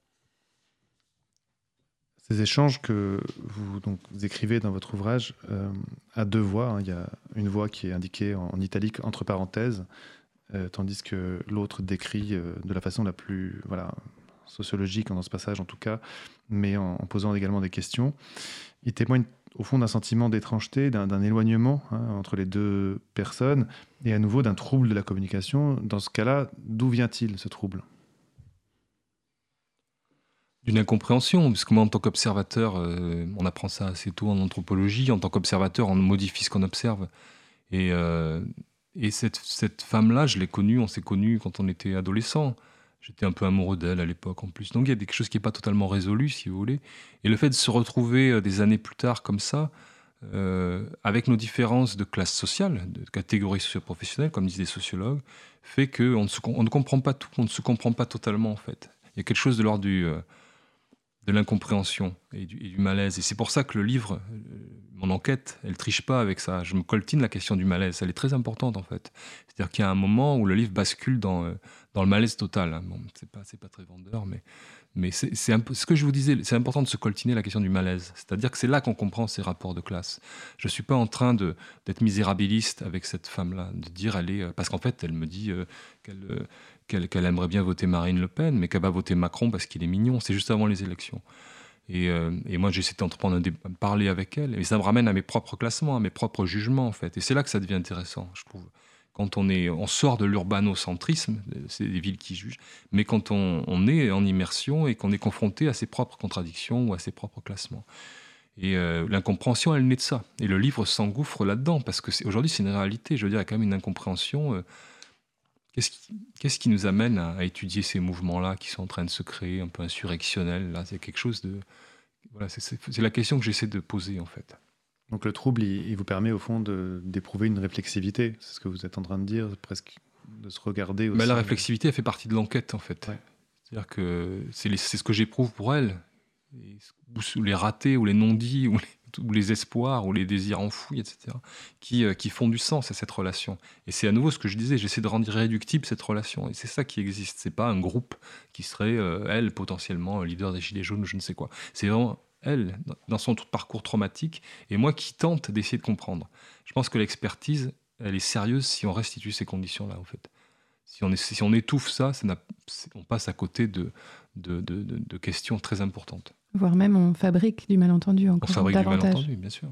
Ces échanges que vous écrivez dans votre ouvrage à 2 voix, il y a une voix qui est indiquée en italique entre parenthèses, tandis que l'autre décrit de la façon la plus sociologique dans ce passage en tout cas, mais en posant également des questions. Il témoigne au fond d'un sentiment d'étrangeté, d'un éloignement entre les 2 personnes, et à nouveau d'un trouble de la communication. Dans ce cas-là, d'où vient-il ce trouble ? D'une incompréhension, parce que moi, en tant qu'observateur, on apprend ça assez tôt en anthropologie, en tant qu'observateur, on modifie ce qu'on observe. Et cette femme-là, je l'ai connue, on s'est connus quand on était adolescent. J'étais un peu amoureux d'elle à l'époque en plus. Donc il y a quelque chose qui n'est pas totalement résolu, si vous voulez. Et le fait de se retrouver des années plus tard comme ça, avec nos différences de classe sociale, de catégorie socio-professionnelle, comme disent les sociologues, fait qu'on ne comprend pas tout, on ne se comprend pas totalement en fait. Il y a quelque chose de l'ordre de l'incompréhension et du malaise. Et c'est pour ça que le livre, mon enquête, elle triche pas avec ça. Je me coltine la question du malaise. Elle est très importante, en fait. C'est-à-dire qu'il y a un moment où le livre bascule dans le malaise total. Bon, c'est pas très vendeur, mais c'est un peu ce que je vous disais. C'est important de se coltiner la question du malaise. C'est-à-dire que c'est là qu'on comprend ces rapports de classe. Je suis pas en train d'être misérabiliste avec cette femme-là, de dire parce qu'en fait, elle me dit qu'elle aimerait bien voter Marine Le Pen, mais qu'elle va voter Macron parce qu'il est mignon. C'est juste avant les élections. Et moi, j'essaie d'entreprendre parler avec elle. Et ça me ramène à mes propres classements, à mes propres jugements, en fait. Et c'est là que ça devient intéressant, je trouve. Quand on sort de l'urbanocentrisme, c'est des villes qui jugent, mais quand on est en immersion et qu'on est confronté à ses propres contradictions ou à ses propres classements. Et l'incompréhension, elle naît de ça. Et le livre s'engouffre là-dedans, parce que aujourd'hui, c'est une réalité. Je veux dire, il y a quand même une incompréhension. Qu'est-ce qui nous amène à étudier ces mouvements-là qui sont en train de se créer, un peu insurrectionnels là ? C'est quelque chose de... Voilà, c'est la question que j'essaie de poser, en fait. Donc le trouble, il vous permet au fond d'éprouver une réflexivité. C'est ce que vous êtes en train de dire, presque de se regarder aussi. Mais la réflexivité, elle fait partie de l'enquête, en fait. Ouais. C'est-à-dire que c'est ce que j'éprouve pour elle. Ou les ratés, ou les non-dits, ou les espoirs, ou les désirs enfouis, etc., qui font du sens à cette relation. Et c'est à nouveau ce que je disais, j'essaie de rendre irréductible cette relation. Et c'est ça qui existe. C'est pas un groupe qui serait, elle, potentiellement, leader des Gilets jaunes ou je ne sais quoi. C'est vraiment elle, dans son parcours traumatique, et moi qui tente d'essayer de comprendre. Je pense que l'expertise, elle est sérieuse si on restitue ces conditions-là, en fait. Si on étouffe ça, on passe à côté de questions très importantes. Voire même on fabrique du malentendu encore davantage. On fabrique du malentendu, bien sûr.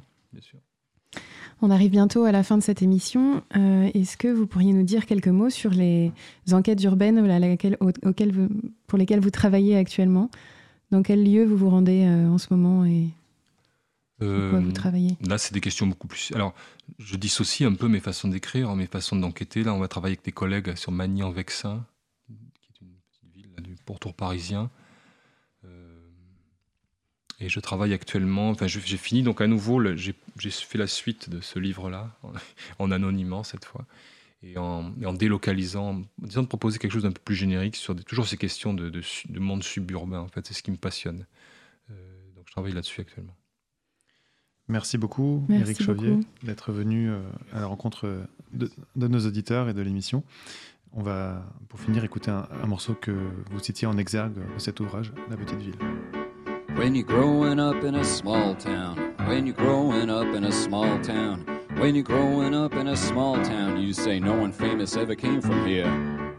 On arrive bientôt à la fin de cette émission. Est-ce que vous pourriez nous dire quelques mots sur les enquêtes urbaines pour lesquelles vous travaillez actuellement ? Dans quel lieu vous vous rendez en ce moment et sur quoi vous travaillez ? Là, c'est des questions beaucoup plus... Alors, je dissocie un peu mes façons d'écrire, mes façons d'enquêter. Là, on va travailler avec des collègues sur Magny-en-Vexin, qui est une petite ville là, pour Tours Parisien. Et je travaille actuellement, j'ai fini donc à nouveau, j'ai fait la suite de ce livre-là, en anonymant cette fois, et en délocalisant, en disant de proposer quelque chose d'un peu plus générique sur toujours ces questions de monde suburbain. En fait, c'est ce qui me passionne. Donc je travaille là-dessus actuellement. Merci beaucoup, Éric Chauvier, d'être venu à la rencontre de nos auditeurs et de l'émission. On va, pour finir, écouter un morceau que vous citiez en exergue de cet ouvrage, La Petite Ville. When you're growing up in a small town, when you're growing up in a small town, when you're growing up in a small town, you say no one famous ever came from here.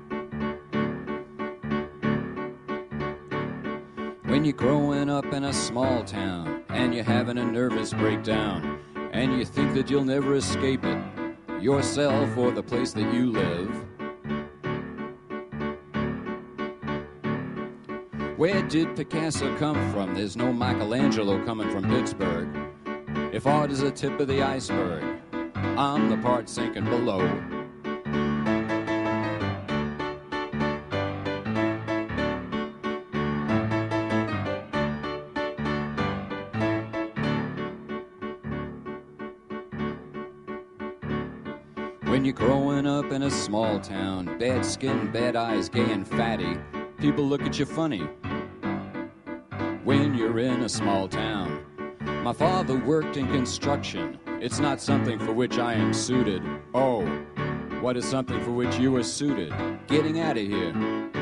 When you're growing up in a small town and you're having a nervous breakdown and you think that you'll never escape it, yourself or the place that you live. Where did Picasso come from? There's no Michelangelo coming from Pittsburgh. If art is the tip of the iceberg, I'm the part sinking below. When you're growing up in a small town, bad skin, bad eyes, gay and fatty, people look at you funny. When you're in a small town, my father worked in construction. It's not something for which I am suited. Oh, what is something for which you are suited? Getting out of here.